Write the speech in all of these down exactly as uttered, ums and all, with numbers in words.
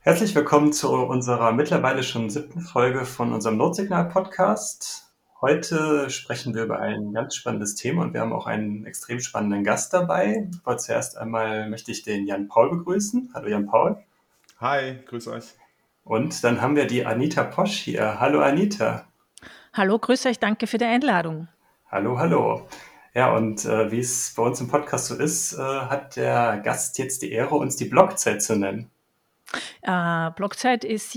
Herzlich willkommen zu unserer mittlerweile schon siebten Folge von unserem Notsignal-Podcast. Heute sprechen wir über ein ganz spannendes Thema und wir haben auch einen extrem spannenden Gast dabei. Aber zuerst einmal möchte ich den Jan Paul begrüßen. Hallo Jan Paul. Hi, grüß euch. Und dann haben wir die Anita Posch hier. Hallo Anita. Hallo, grüß euch, danke für die Einladung. Hallo, hallo. Ja, und äh, wie es bei uns im Podcast so ist, äh, hat der Gast jetzt die Ehre, uns die Blockzeit zu nennen. Äh, Blockzeit ist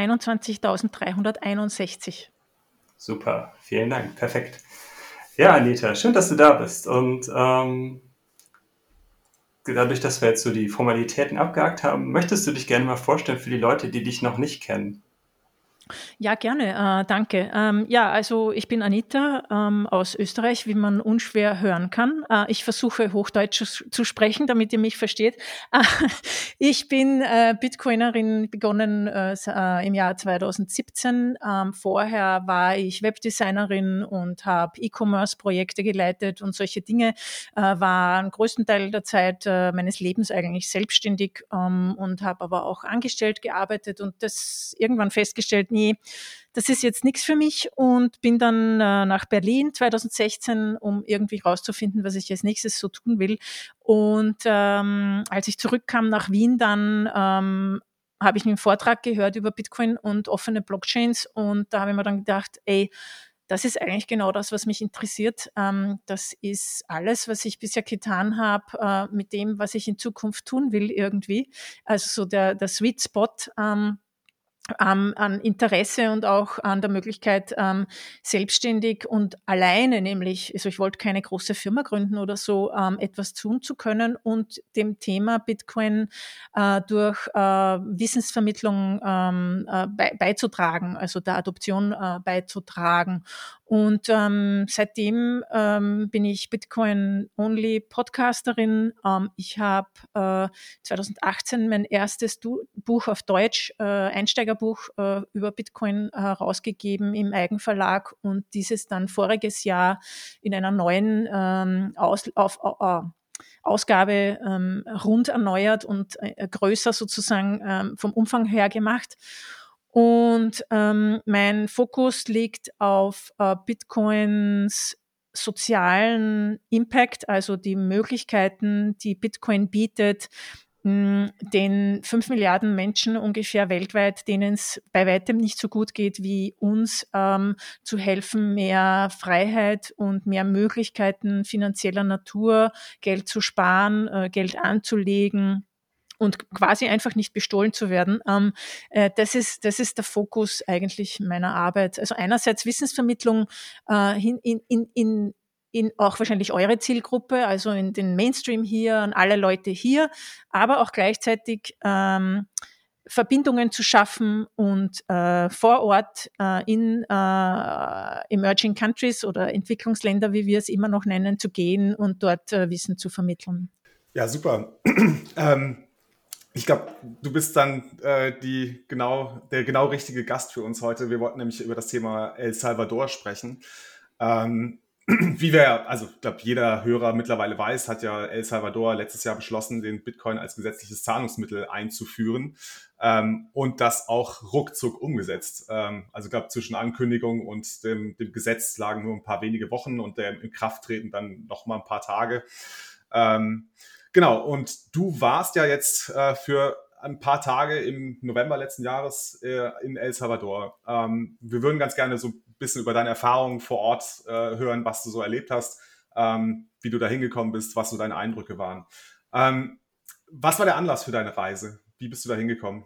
siebenhunderteinundzwanzigtausenddreihunderteinundsechzig. Super, vielen Dank, perfekt. Ja, Anita, schön, dass du da bist. Und ähm, dadurch, dass wir jetzt so die Formalitäten abgehakt haben, möchtest du dich gerne mal vorstellen für die Leute, die dich noch nicht kennen? Ja, gerne, äh, danke. Ähm, ja, also ich bin Anita ähm, aus Österreich, wie man unschwer hören kann. Äh, ich versuche Hochdeutsch zu, zu sprechen, damit ihr mich versteht. Äh, ich bin äh, Bitcoinerin, begonnen äh, äh, im Jahr zweitausendsiebzehn. Ähm, vorher war ich Webdesignerin und habe E-Commerce-Projekte geleitet und solche Dinge. Äh, war einen größten Teil der Zeit äh, meines Lebens eigentlich selbstständig ähm, und habe aber auch angestellt gearbeitet und das irgendwann festgestellt, nee, das ist jetzt nichts für mich und bin dann äh, nach Berlin zweitausendsechzehn, um irgendwie rauszufinden, was ich als nächstes so tun will. Und ähm, als ich zurückkam nach Wien, dann ähm, habe ich einen Vortrag gehört über Bitcoin und offene Blockchains und da habe ich mir dann gedacht, ey, das ist eigentlich genau das, was mich interessiert. Ähm, das ist alles, was ich bisher getan habe, äh, mit dem, was ich in Zukunft tun will irgendwie. Also so der, der Sweet Spot. Ähm, ähm, an Interesse und auch an der Möglichkeit, ähm, selbstständig und alleine nämlich, also ich wollte keine große Firma gründen oder so, ähm, etwas tun zu können und dem Thema Bitcoin äh, durch äh, Wissensvermittlung ähm, äh, bei, beizutragen, also der Adoption äh, beizutragen. Und ähm, seitdem ähm, bin ich Bitcoin-Only-Podcasterin. Ähm, ich habe äh, zweitausendachtzehn mein erstes du- Buch auf Deutsch, äh, Einsteigerbuch äh, über Bitcoin herausgegeben im Eigenverlag und dieses dann voriges Jahr in einer neuen ähm, Aus- auf, äh, Ausgabe ähm, rund erneuert und äh, größer sozusagen ähm, vom Umfang her gemacht. Und ähm, mein Fokus liegt auf äh, Bitcoins sozialen Impact, also die Möglichkeiten, die Bitcoin bietet, mh, den fünf Milliarden Menschen ungefähr weltweit, denen es bei weitem nicht so gut geht wie uns, ähm, zu helfen, mehr Freiheit und mehr Möglichkeiten finanzieller Natur, Geld zu sparen, äh, Geld anzulegen und quasi einfach nicht bestohlen zu werden. Ähm, äh, das ist, das ist der Fokus eigentlich meiner Arbeit. Also einerseits Wissensvermittlung äh, in, in, in, in in auch wahrscheinlich eure Zielgruppe, also in den Mainstream hier, an alle Leute hier, aber auch gleichzeitig ähm, Verbindungen zu schaffen und äh, vor Ort äh, in äh, Emerging Countries oder Entwicklungsländer, wie wir es immer noch nennen, zu gehen und dort äh, Wissen zu vermitteln. Ja, super. ähm, ich glaube, du bist dann äh, die genau, der genau richtige Gast für uns heute. Wir wollten nämlich über das Thema El Salvador sprechen. Ähm, wie wir, also ich glaube, jeder Hörer mittlerweile weiß, hat ja El Salvador letztes Jahr beschlossen, den Bitcoin als gesetzliches Zahlungsmittel einzuführen ähm, und das auch ruckzuck umgesetzt. Ähm, also ich glaube, zwischen Ankündigung und dem, dem Gesetz lagen nur ein paar wenige Wochen und dem Inkrafttreten dann noch mal ein paar Tage. Ähm, genau, und du warst ja jetzt äh, für ein paar Tage im November letzten Jahres äh, in El Salvador. Ähm, wir würden ganz gerne so ein bisschen über deine Erfahrungen vor Ort äh, hören, was du so erlebt hast, ähm, wie du da hingekommen bist, was so deine Eindrücke waren. Ähm, was war der Anlass für deine Reise? Wie bist du da hingekommen?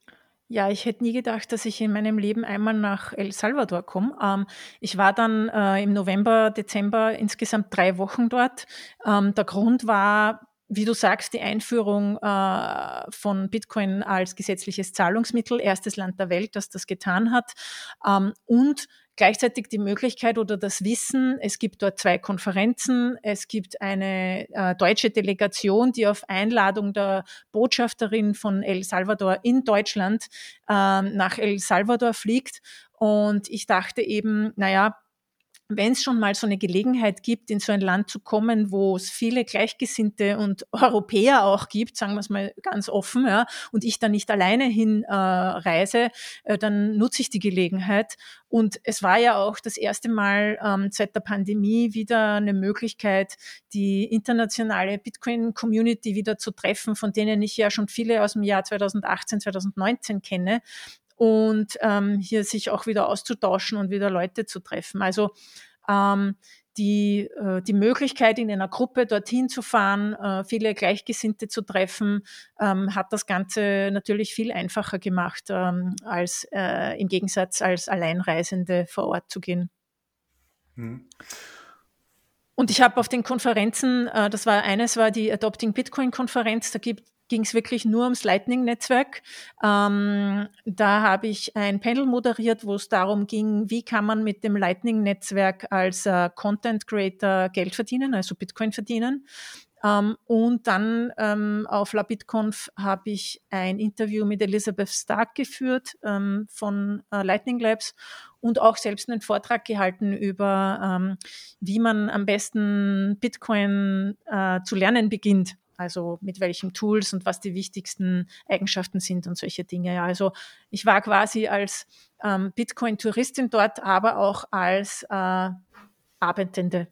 Ja, ich hätte nie gedacht, dass ich in meinem Leben einmal nach El Salvador komme. Ähm, ich war dann äh, im November, Dezember insgesamt drei Wochen dort. Ähm, der Grund war, wie du sagst, die Einführung äh, von Bitcoin als gesetzliches Zahlungsmittel, erstes Land der Welt, das das getan hat. Ähm, und gleichzeitig die Möglichkeit oder das Wissen, es gibt dort zwei Konferenzen, es gibt eine äh, deutsche Delegation, die auf Einladung der Botschafterin von El Salvador in Deutschland ähm, nach El Salvador fliegt. Und ich dachte eben, naja, wenn es schon mal so eine Gelegenheit gibt, in so ein Land zu kommen, wo es viele Gleichgesinnte und Europäer auch gibt, sagen wir es mal ganz offen, ja, und ich da nicht alleine hinreise, äh, äh, dann nutze ich die Gelegenheit. Und es war ja auch das erste Mal ähm, seit der Pandemie wieder eine Möglichkeit, die internationale Bitcoin-Community wieder zu treffen, von denen ich ja schon viele aus dem Jahr zweitausendachtzehn, zweitausendneunzehn kenne. Und ähm, hier sich auch wieder auszutauschen und wieder Leute zu treffen. Also ähm, die, äh, die Möglichkeit, in einer Gruppe dorthin zu fahren, äh, viele Gleichgesinnte zu treffen, ähm, hat das Ganze natürlich viel einfacher gemacht, ähm, als äh, im Gegensatz als Alleinreisende vor Ort zu gehen. Hm. Und ich habe auf den Konferenzen, äh, das war eines war die Adopting Bitcoin Konferenz, da gibt ging es wirklich nur ums Lightning-Netzwerk. Ähm, da habe ich ein Panel moderiert, wo es darum ging, wie kann man mit dem Lightning-Netzwerk als äh, Content-Creator Geld verdienen, also Bitcoin verdienen. Ähm, und dann ähm, auf LabitConf habe ich ein Interview mit Elizabeth Stark geführt ähm, von äh, Lightning Labs und auch selbst einen Vortrag gehalten über, ähm, wie man am besten Bitcoin äh, zu lernen beginnt. Also mit welchen Tools und was die wichtigsten Eigenschaften sind und solche Dinge. Ja, also ich war quasi als ähm, Bitcoin-Touristin dort, aber auch als äh, Arbeitende.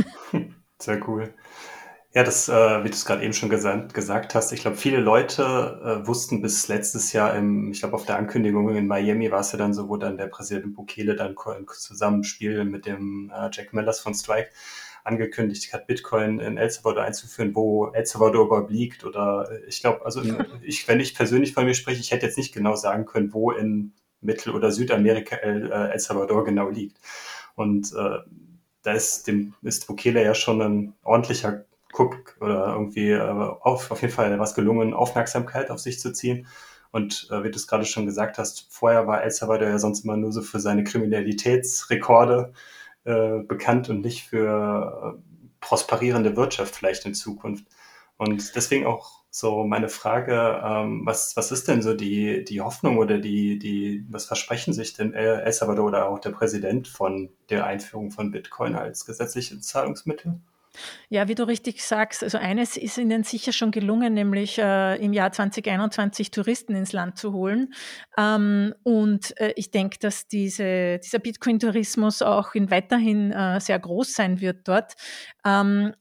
Sehr cool. Ja, das, äh, wie du es gerade eben schon gesagt, gesagt hast, ich glaube, viele Leute äh, wussten bis letztes Jahr, im, ich glaube, auf der Ankündigung in Miami war es ja dann so, wo dann der Präsident Bukele dann im Zusammenspiel mit dem äh, Jack Mellers von Strike angekündigt hat, Bitcoin in El Salvador einzuführen, wo El Salvador überhaupt liegt. Oder ich glaube, also in, ich, wenn ich persönlich von mir spreche, ich hätte jetzt nicht genau sagen können, wo in Mittel- oder Südamerika El, äh, El Salvador genau liegt. Und äh, da ist dem ist Bukele ja schon ein ordentlicher Guck oder irgendwie äh, auf, auf jeden Fall was gelungen, Aufmerksamkeit auf sich zu ziehen. Und äh, wie du es gerade schon gesagt hast, vorher war El Salvador ja sonst immer nur so für seine Kriminalitätsrekorde äh, bekannt und nicht für äh, prosperierende Wirtschaft vielleicht in Zukunft. Und deswegen auch so meine Frage, ähm, was, was ist denn so die, die Hoffnung oder die, die, was versprechen sich denn El El Salvador oder auch der Präsident von der Einführung von Bitcoin als gesetzliches Zahlungsmittel? Ja, wie du richtig sagst, also eines ist ihnen sicher schon gelungen, nämlich äh, im Jahr zwanzig einundzwanzig Touristen ins Land zu holen. Ähm, und äh, ich denke, dass diese, dieser Bitcoin-Tourismus auch in weiterhin äh, sehr groß sein wird dort. Ähm,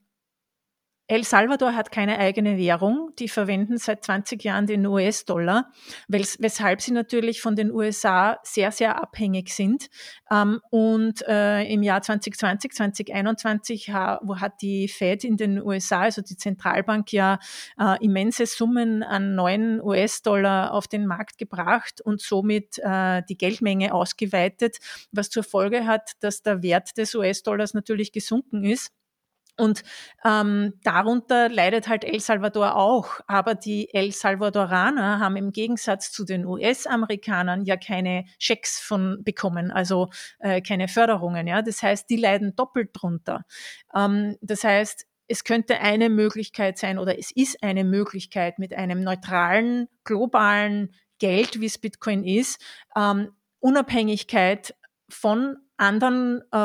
El Salvador hat keine eigene Währung. Die verwenden seit zwanzig Jahren den U S-Dollar, weshalb sie natürlich von den U S A sehr, sehr abhängig sind. Ähm, und äh, im Jahr zwanzig zwanzig, zwanzig einundzwanzig ha, wo hat die Fed in den U S A, also die Zentralbank, ja äh, immense Summen an neuen U S-Dollar auf den Markt gebracht und somit äh, die Geldmenge ausgeweitet, was zur Folge hat, dass der Wert des U S-Dollars natürlich gesunken ist. Und ähm, darunter leidet halt El Salvador auch. Aber die El Salvadoraner haben im Gegensatz zu den U S-Amerikanern ja keine Schecks von bekommen, also äh, keine Förderungen. Ja, das heißt, die leiden doppelt drunter. Ähm, das heißt, es könnte eine Möglichkeit sein oder es ist eine Möglichkeit mit einem neutralen, globalen Geld, wie es Bitcoin ist, ähm, Unabhängigkeit von anderen äh,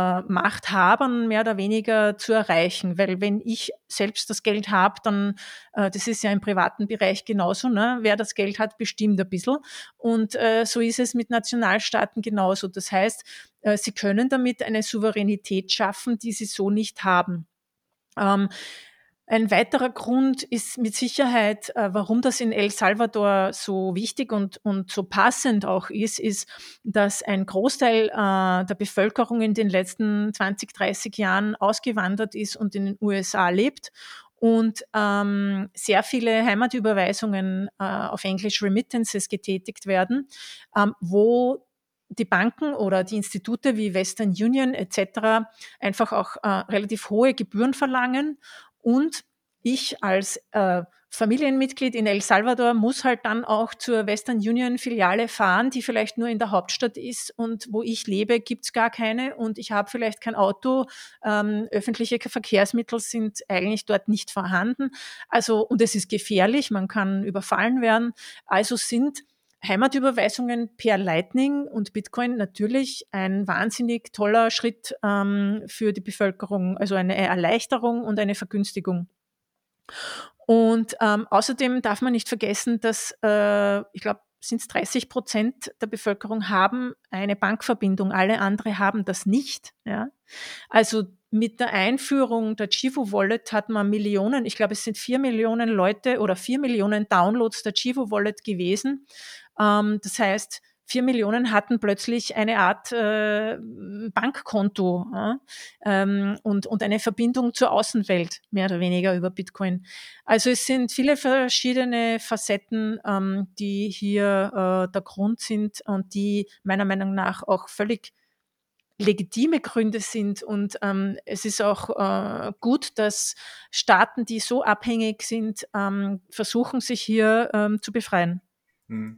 Machthabern mehr oder weniger zu erreichen. Weil wenn ich selbst das Geld habe, dann, äh, das ist ja im privaten Bereich genauso, ne? Wer das Geld hat, bestimmt ein bisschen. Und äh, so ist es mit Nationalstaaten genauso. Das heißt, äh, sie können damit eine Souveränität schaffen, die sie so nicht haben. Ähm, ein weiterer Grund ist mit Sicherheit, äh, warum das in El Salvador so wichtig und, und so passend auch ist, ist, dass ein Großteil äh, der Bevölkerung in den letzten zwanzig, dreißig Jahren ausgewandert ist und in den U S A lebt und ähm, sehr viele Heimatüberweisungen äh, auf Englisch Remittances getätigt werden, ähm, wo die Banken oder die Institute wie Western Union et cetera einfach auch äh, relativ hohe Gebühren verlangen. Und ich als äh, Familienmitglied in El Salvador muss halt dann auch zur Western Union Filiale fahren, die vielleicht nur in der Hauptstadt ist und wo ich lebe, gibt's gar keine und ich habe vielleicht kein Auto. Ähm, öffentliche Verkehrsmittel sind eigentlich dort nicht vorhanden. Also und es ist gefährlich, man kann überfallen werden. Also sind Heimatüberweisungen per Lightning und Bitcoin natürlich ein wahnsinnig toller Schritt ähm, für die Bevölkerung, also eine Erleichterung und eine Vergünstigung. Und ähm, außerdem darf man nicht vergessen, dass, äh, ich glaube, sind es dreißig Prozent der Bevölkerung haben eine Bankverbindung, alle anderen haben das nicht. Ja? Also mit der Einführung der Chivo Wallet hat man Millionen, ich glaube, es sind vier Millionen Leute oder vier Millionen Downloads der Chivo Wallet gewesen. Ähm, das heißt, vier Millionen hatten plötzlich eine Art äh, Bankkonto ja? ähm, und, und eine Verbindung zur Außenwelt, mehr oder weniger über Bitcoin. Also es sind viele verschiedene Facetten, ähm, die hier äh, der Grund sind und die meiner Meinung nach auch völlig legitime Gründe sind. Und ähm, es ist auch äh, gut, dass Staaten, die so abhängig sind, ähm, versuchen, sich hier ähm, zu befreien. Hm.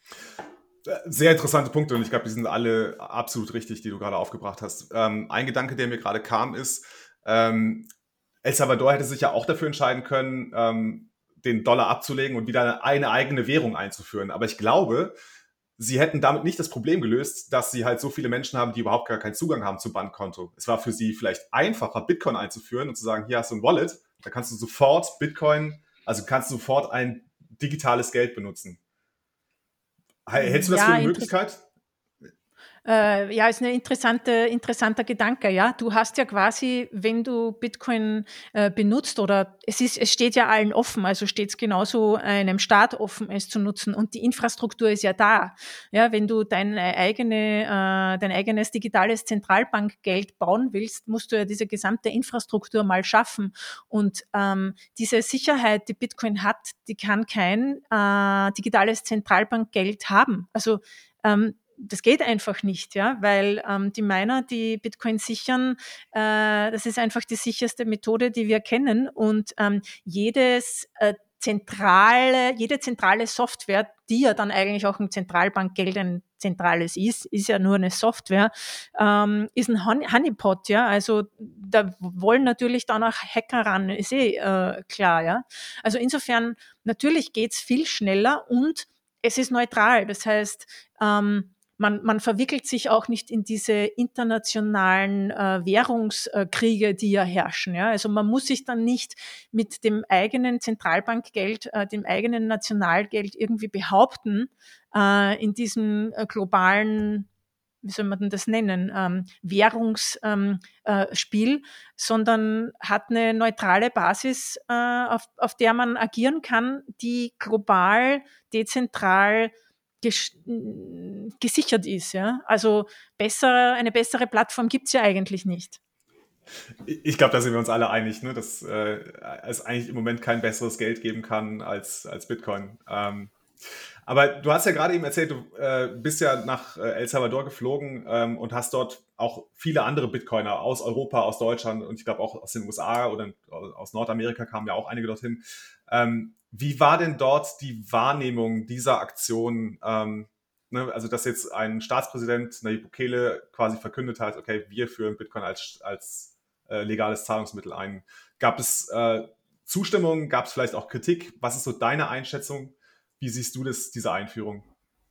Sehr interessante Punkte und ich glaube, die sind alle absolut richtig, die du gerade aufgebracht hast. Ähm, ein Gedanke, der mir gerade kam, ist, ähm, El Salvador hätte sich ja auch dafür entscheiden können, ähm, den Dollar abzulegen und wieder eine eigene Währung einzuführen. Aber ich glaube, sie hätten damit nicht das Problem gelöst, dass sie halt so viele Menschen haben, die überhaupt gar keinen Zugang haben zum Bankkonto. Es war für sie vielleicht einfacher, Bitcoin einzuführen und zu sagen, hier hast du ein Wallet, da kannst du sofort Bitcoin, also kannst du sofort ein digitales Geld benutzen. Hältst du das Ja, für eine inter- Möglichkeit? Äh, ja, ist ein interessante, interessanter Gedanke, ja. Du hast ja quasi, wenn du Bitcoin äh, benutzt oder es ist, es steht ja allen offen, also steht es genauso einem Staat offen, es zu nutzen und die Infrastruktur ist ja da. Ja, wenn du deine eigene, äh, dein eigenes digitales Zentralbankgeld bauen willst, musst du ja diese gesamte Infrastruktur mal schaffen und ähm, diese Sicherheit, die Bitcoin hat, die kann kein äh, digitales Zentralbankgeld haben. Also ähm, das geht einfach nicht, ja, weil ähm, die Miner, die Bitcoin sichern, äh, das ist einfach die sicherste Methode, die wir kennen und ähm, jedes äh, zentrale, jede zentrale Software, die ja dann eigentlich auch ein Zentralbankgeld ein zentrales ist, ist ja nur eine Software, ähm, ist ein Honeypot, ja, also da wollen natürlich dann auch Hacker ran, ist eh äh, klar, ja. Also insofern, natürlich geht's viel schneller und es ist neutral, das heißt, ähm, man, man verwickelt sich auch nicht in diese internationalen äh, Währungskriege, die ja herrschen. Ja? Also man muss sich dann nicht mit dem eigenen Zentralbankgeld, äh, dem eigenen Nationalgeld irgendwie behaupten äh, in diesem äh, globalen, wie soll man denn das nennen, ähm, Währungsspiel, ähm, äh, sondern hat eine neutrale Basis, äh, auf, auf der man agieren kann, die global, dezentral gesichert ist. Ja? Also besser, eine bessere Plattform gibt es ja eigentlich nicht. Ich glaube, da sind wir uns alle einig, ne? dass äh, es eigentlich im Moment kein besseres Geld geben kann als, als Bitcoin. Ähm, aber du hast ja gerade eben erzählt, du äh, bist ja nach äh, El Salvador geflogen ähm, und hast dort auch viele andere Bitcoiner aus Europa, aus Deutschland und ich glaube auch aus den U S A oder aus Nordamerika kamen ja auch einige dorthin. Ähm, wie war denn dort die Wahrnehmung dieser Aktion? Ähm, ne? Also, dass jetzt ein Staatspräsident, Nayib Bukele, quasi verkündet hat, okay, wir führen Bitcoin als, als äh, legales Zahlungsmittel ein. Gab es äh, Zustimmung? Gab es vielleicht auch Kritik? Was ist so deine Einschätzung? Wie siehst du das, diese Einführung?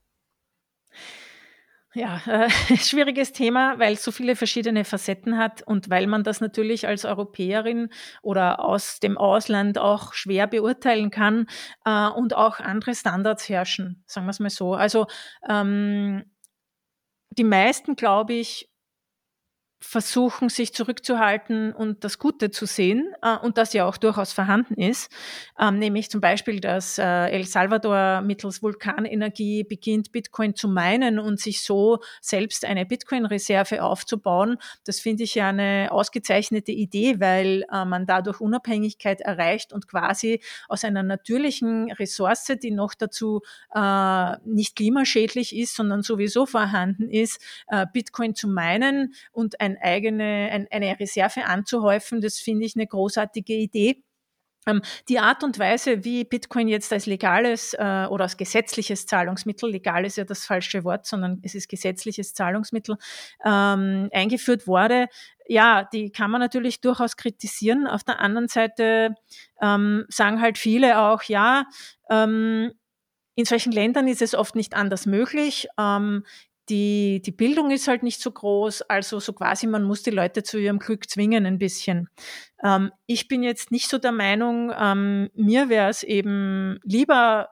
Ja, äh, schwieriges Thema, weil es so viele verschiedene Facetten hat und weil man das natürlich als Europäerin oder aus dem Ausland auch schwer beurteilen kann äh, und auch andere Standards herrschen, sagen wir es mal so. Also ähm, die meisten, glaube ich, versuchen, sich zurückzuhalten und das Gute zu sehen äh, und das ja auch durchaus vorhanden ist, ähm, nämlich zum Beispiel, dass äh, El Salvador mittels Vulkanenergie beginnt, Bitcoin zu minen und sich so selbst eine Bitcoin-Reserve aufzubauen. Das finde ich ja eine ausgezeichnete Idee, weil äh, man dadurch Unabhängigkeit erreicht und quasi aus einer natürlichen Ressource, die noch dazu äh, nicht klimaschädlich ist, sondern sowieso vorhanden ist, äh, Bitcoin zu minen und ein eigene, ein, eine Reserve anzuhäufen, das finde ich eine großartige Idee. Ähm, die Art und Weise, wie Bitcoin jetzt als legales äh, oder als gesetzliches Zahlungsmittel, legal ist ja das falsche Wort, sondern es ist gesetzliches Zahlungsmittel, ähm, eingeführt wurde, ja, die kann man natürlich durchaus kritisieren. Auf der anderen Seite ähm, sagen halt viele auch, ja, ähm, in solchen Ländern ist es oft nicht anders möglich. Ähm, die, die Bildung ist halt nicht so groß, also so quasi, man muss die Leute zu ihrem Glück zwingen ein bisschen. Ähm, ich bin jetzt nicht so der Meinung, ähm, mir wäre es eben lieber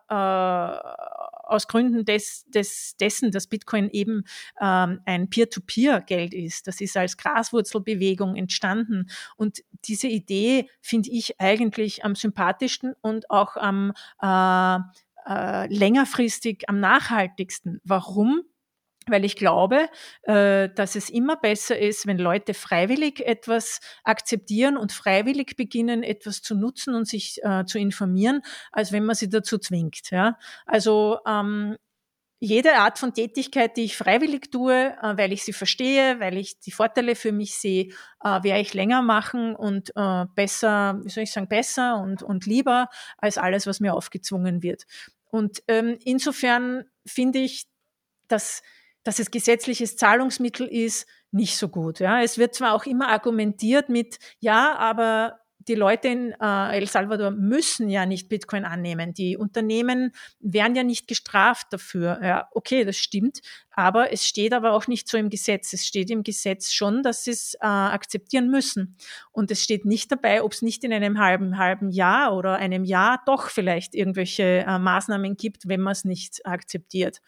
äh, aus Gründen des, des, dessen, dass Bitcoin eben ähm, ein Peer-to-Peer-Geld ist. Das ist als Graswurzelbewegung entstanden. Und diese Idee finde ich eigentlich am sympathischsten und auch am äh, äh, längerfristig am nachhaltigsten. Warum? Weil ich glaube, äh, dass es immer besser ist, wenn Leute freiwillig etwas akzeptieren und freiwillig beginnen, etwas zu nutzen und sich äh, zu informieren, als wenn man sie dazu zwingt. Ja? Also ähm, jede Art von Tätigkeit, die ich freiwillig tue, äh, weil ich sie verstehe, weil ich die Vorteile für mich sehe, äh, werde ich länger machen und äh, besser, wie soll ich sagen, besser und, und lieber als alles, was mir aufgezwungen wird. Und ähm, insofern finde ich, dass dass es gesetzliches Zahlungsmittel ist, nicht so gut. Ja. Es wird zwar auch immer argumentiert mit, ja, aber die Leute in äh, El Salvador müssen ja nicht Bitcoin annehmen. Die Unternehmen werden ja nicht gestraft dafür. Ja, okay, das stimmt, aber es steht aber auch nicht so im Gesetz. Es steht im Gesetz schon, dass sie es äh, akzeptieren müssen. Und es steht nicht dabei, ob es nicht in einem halben, halben Jahr oder einem Jahr doch vielleicht irgendwelche äh, Maßnahmen gibt, wenn man es nicht akzeptiert.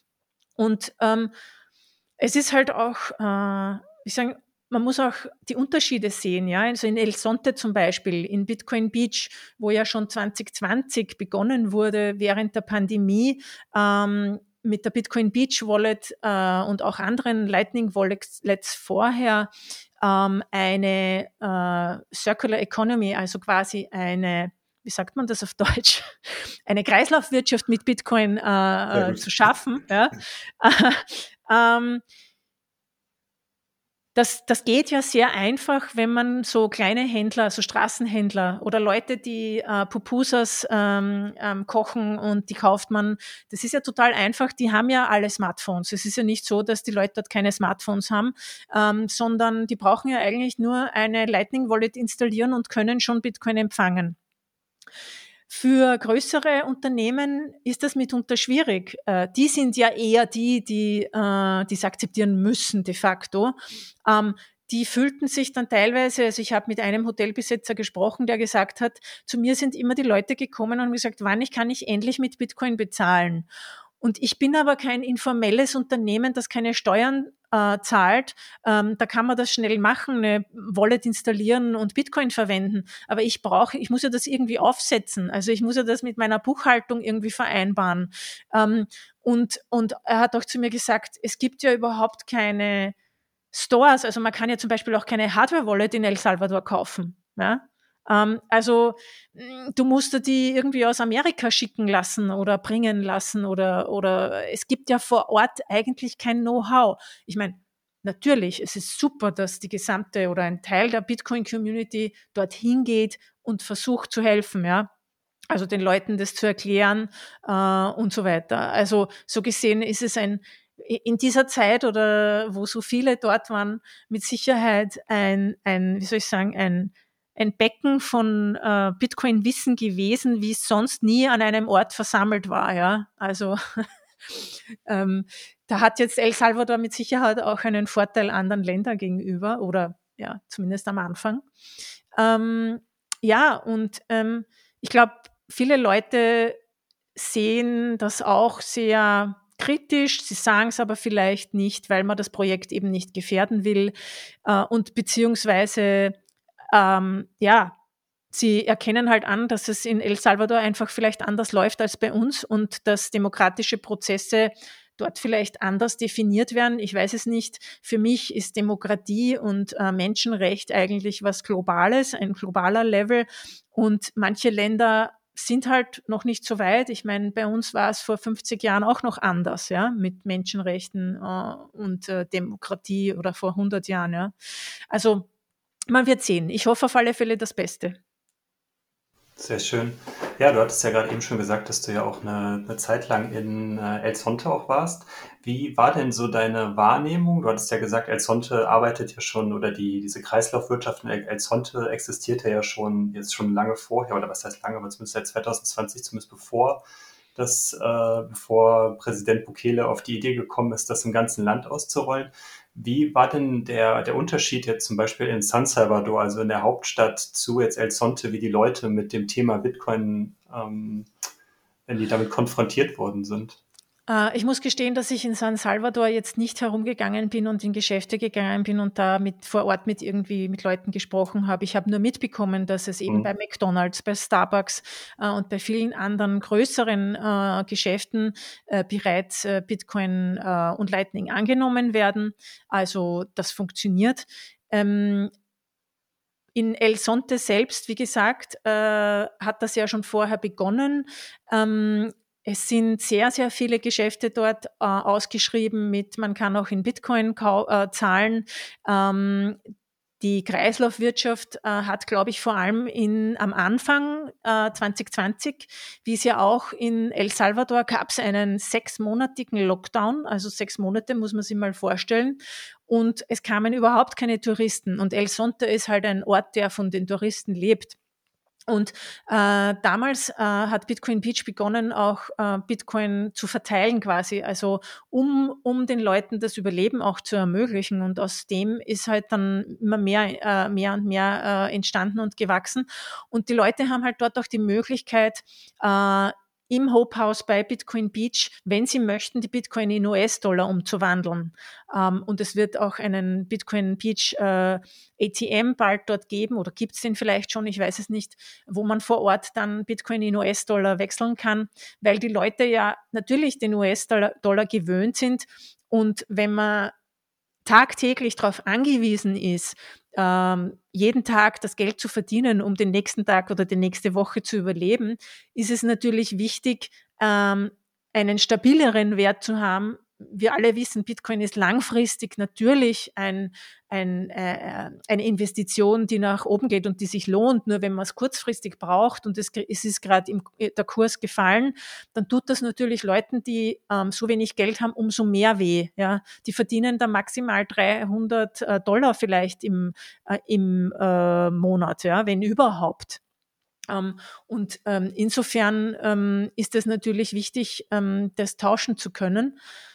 Und ähm, es ist halt auch, äh, ich sage, man muss auch die Unterschiede sehen. Ja? Also in El Sonte zum Beispiel, in Bitcoin Beach, wo ja schon zwanzig zwanzig begonnen wurde, während der Pandemie, ähm, mit der Bitcoin Beach Wallet äh, und auch anderen Lightning Wallets vorher ähm, eine äh, Circular Economy, also quasi eine, wie sagt man das auf Deutsch, eine Kreislaufwirtschaft mit Bitcoin äh, zu schaffen. Ja. ähm, das, das geht ja sehr einfach, wenn man so kleine Händler, so Straßenhändler oder Leute, die äh, Pupusas ähm, ähm, kochen und die kauft man, das ist ja total einfach, die haben ja alle Smartphones. Es ist ja nicht so, dass die Leute dort keine Smartphones haben, ähm, sondern die brauchen ja eigentlich nur eine Lightning Wallet installieren und können schon Bitcoin empfangen. Für größere Unternehmen ist das mitunter schwierig. Äh, die sind ja eher die, die äh, es akzeptieren müssen de facto. Ähm, die fühlten sich dann teilweise, also ich habe mit einem Hotelbesitzer gesprochen, der gesagt hat, zu mir sind immer die Leute gekommen und haben gesagt, wann ich kann ich endlich mit Bitcoin bezahlen? Und ich bin aber kein informelles Unternehmen, das keine Steuern äh, zahlt. Ähm, da kann man das schnell machen, eine Wallet installieren und Bitcoin verwenden. Aber ich brauche, ich muss ja das irgendwie aufsetzen. Also ich muss ja das mit meiner Buchhaltung irgendwie vereinbaren. Ähm, und, und er hat auch zu mir gesagt, es gibt ja überhaupt keine Stores. Also man kann ja zum Beispiel auch keine Hardware-Wallet in El Salvador kaufen. Ja? Ähm, also du musst dir die irgendwie aus Amerika schicken lassen oder bringen lassen oder, oder es gibt ja vor Ort eigentlich kein Know-how. Ich meine, natürlich, es ist super, dass die gesamte oder ein Teil der Bitcoin-Community dorthin geht und versucht zu helfen, ja. Also den Leuten das zu erklären äh, und so weiter. Also so gesehen ist es ein in dieser Zeit oder wo so viele dort waren, mit Sicherheit ein, ein wie soll ich sagen, ein ein Becken von äh, Bitcoin-Wissen gewesen, wie es sonst nie an einem Ort versammelt war. Ja, also ähm, da hat jetzt El Salvador mit Sicherheit auch einen Vorteil anderen Ländern gegenüber oder ja, zumindest am Anfang. Ähm, ja, und ähm, ich glaube, viele Leute sehen das auch sehr kritisch. Sie sagen es aber vielleicht nicht, weil man das Projekt eben nicht gefährden will äh, und beziehungsweise ähm, ja, sie erkennen halt an, dass es in El Salvador einfach vielleicht anders läuft als bei uns und dass demokratische Prozesse dort vielleicht anders definiert werden. Ich weiß es nicht. Für mich ist Demokratie und äh, Menschenrecht eigentlich was Globales, ein globaler Level. Und manche Länder sind halt noch nicht so weit. Ich meine, bei uns war es vor fünfzig Jahren auch noch anders, ja, mit Menschenrechten äh, und äh, Demokratie oder vor hundert Jahren, ja. Also man wird sehen. Ich hoffe auf alle Fälle das Beste. Sehr schön. Ja, du hattest ja gerade eben schon gesagt, dass du ja auch eine, eine Zeit lang in äh, El Sonte auch warst. Wie war denn so deine Wahrnehmung? Du hattest ja gesagt, El Sonte arbeitet ja schon oder die, diese Kreislaufwirtschaft in El, El Sonte existierte ja schon jetzt schon lange vorher oder was heißt lange, aber zumindest seit zwanzig zwanzig, zumindest bevor dass äh, bevor Präsident Bukele auf die Idee gekommen ist, das im ganzen Land auszurollen. Wie war denn der, der Unterschied jetzt zum Beispiel in San Salvador, also in der Hauptstadt, zu jetzt El Sonte, wie die Leute mit dem Thema Bitcoin, ähm, wenn die damit konfrontiert worden sind? Äh, ich muss gestehen, dass ich in San Salvador jetzt nicht herumgegangen bin und in Geschäfte gegangen bin und da mit vor Ort mit irgendwie mit Leuten gesprochen habe. Ich habe nur mitbekommen, dass es eben Hm. bei McDonald's, bei Starbucks äh, und bei vielen anderen größeren äh, Geschäften äh, bereits äh, Bitcoin äh, und Lightning angenommen werden. Also das funktioniert. Ähm, in El Sonte selbst, wie gesagt, äh, hat das ja schon vorher begonnen. Ähm, es sind sehr, sehr viele Geschäfte dort äh, ausgeschrieben mit, man kann auch in Bitcoin kau- äh, zahlen. Ähm, die Kreislaufwirtschaft äh, hat, glaube ich, vor allem in, am Anfang äh, zwanzig zwanzig, wie es ja auch in El Salvador gab es einen sechsmonatigen Lockdown, also sechs Monate muss man sich mal vorstellen. Und es kamen überhaupt keine Touristen. Und El Sonte ist halt ein Ort, der von den Touristen lebt. Und äh, damals äh, hat Bitcoin Beach begonnen, auch äh, Bitcoin zu verteilen quasi, also um, um den Leuten das Überleben auch zu ermöglichen. Und aus dem ist halt dann immer mehr, äh, mehr und mehr äh, entstanden und gewachsen. Und die Leute haben halt dort auch die Möglichkeit, äh, im Hope House bei Bitcoin Beach, wenn sie möchten, die Bitcoin in U S-Dollar umzuwandeln. Ähm, und es wird auch einen Bitcoin Beach äh, A T M bald dort geben oder gibt es den vielleicht schon, ich weiß es nicht, wo man vor Ort dann Bitcoin in U S-Dollar wechseln kann, weil die Leute ja natürlich den U S-Dollar Dollar gewöhnt sind. Und wenn man tagtäglich darauf angewiesen ist, ähm, jeden Tag das Geld zu verdienen, um den nächsten Tag oder die nächste Woche zu überleben, ist es natürlich wichtig, ähm, einen stabileren Wert zu haben. Wir alle wissen, Bitcoin ist langfristig natürlich ein, ein, äh, eine Investition, die nach oben geht und die sich lohnt. Nur wenn man es kurzfristig braucht und es, es ist gerade der Kurs gefallen, dann tut das natürlich Leuten, die ähm, so wenig Geld haben, umso mehr weh. Ja? Die verdienen da maximal dreihundert äh, Dollar vielleicht im, äh, im äh, Monat, ja, wenn überhaupt. Ähm, und ähm, insofern ähm, ist es natürlich wichtig, ähm, das tauschen zu können.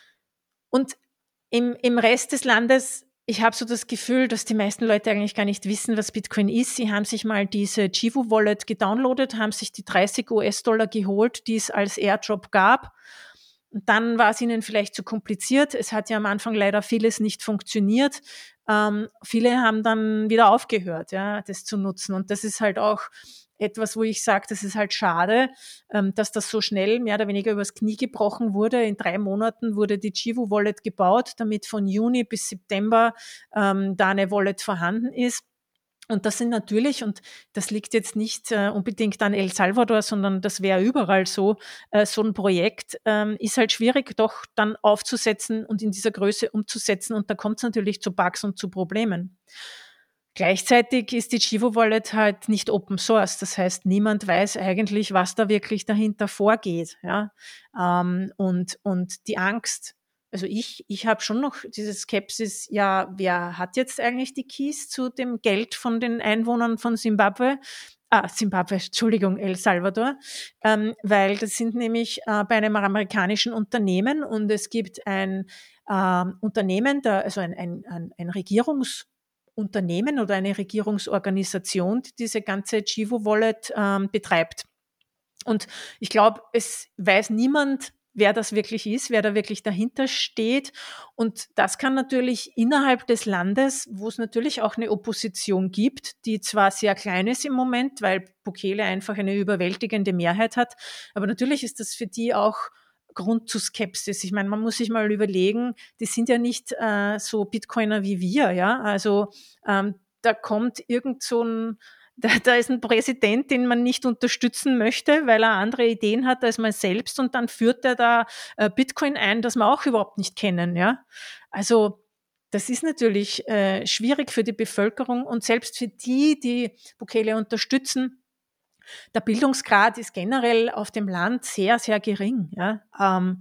Und im, im Rest des Landes, ich habe so das Gefühl, dass die meisten Leute eigentlich gar nicht wissen, was Bitcoin ist. Sie haben sich mal diese Chivo Wallet gedownloadet, haben sich die dreißig U S-Dollar geholt, die es als Airdrop gab. Und dann war es ihnen vielleicht zu kompliziert. Es hat ja am Anfang leider vieles nicht funktioniert. Ähm, viele haben dann wieder aufgehört, ja, das zu nutzen. Und das ist halt auch etwas, wo ich sage, das ist halt schade, ähm, dass das so schnell mehr oder weniger übers Knie gebrochen wurde. In drei Monaten wurde die Chivo Wallet gebaut, damit von Juni bis September ähm, da eine Wallet vorhanden ist. Und das sind natürlich, und das liegt jetzt nicht äh, unbedingt an El Salvador, sondern das wäre überall so, äh, so ein Projekt ähm, ist halt schwierig doch dann aufzusetzen und in dieser Größe umzusetzen. Und da kommt es natürlich zu Bugs und zu Problemen. Gleichzeitig ist die Chivo Wallet halt nicht Open Source. Das heißt, niemand weiß eigentlich, was da wirklich dahinter vorgeht. Ja? Ähm, und, und die Angst, also ich, ich habe schon noch diese Skepsis, ja, wer hat jetzt eigentlich die Keys zu dem Geld von den Einwohnern von Simbabwe? Ah, Simbabwe, Entschuldigung, El Salvador, ähm, weil das sind nämlich äh, bei einem amerikanischen Unternehmen und es gibt ein ähm, Unternehmen, da, also ein, ein, ein, ein Regierungs Unternehmen oder eine Regierungsorganisation, die diese ganze Chivo Wallet ähm, betreibt. Und ich glaube, es weiß niemand, wer das wirklich ist, wer da wirklich dahinter steht. Und das kann natürlich innerhalb des Landes, wo es natürlich auch eine Opposition gibt, die zwar sehr klein ist im Moment, weil Bukele einfach eine überwältigende Mehrheit hat, aber natürlich ist das für die auch Grund zu Skepsis. Ich meine, man muss sich mal überlegen, die sind ja nicht äh, so Bitcoiner wie wir, ja. Also ähm, da kommt irgend so ein da, da ist ein Präsident, den man nicht unterstützen möchte, weil er andere Ideen hat als man selbst und dann führt er da äh, Bitcoin ein, das wir auch überhaupt nicht kennen, ja. Also das ist natürlich äh, schwierig für die Bevölkerung und selbst für die, die Bukele unterstützen, der Bildungsgrad ist generell auf dem Land sehr, sehr gering. Ja. Ähm,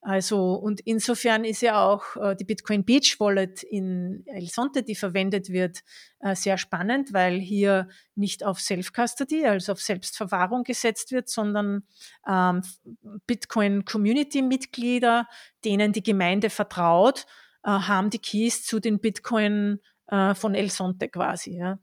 Also, und insofern ist ja auch äh, die Bitcoin Beach Wallet in El Sonte, die verwendet wird, äh, sehr spannend, weil hier nicht auf Self-Custody, also auf Selbstverwahrung gesetzt wird, sondern ähm, Bitcoin-Community-Mitglieder, denen die Gemeinde vertraut, äh, haben die Keys zu den Bitcoin äh, von El Sonte quasi. Ja.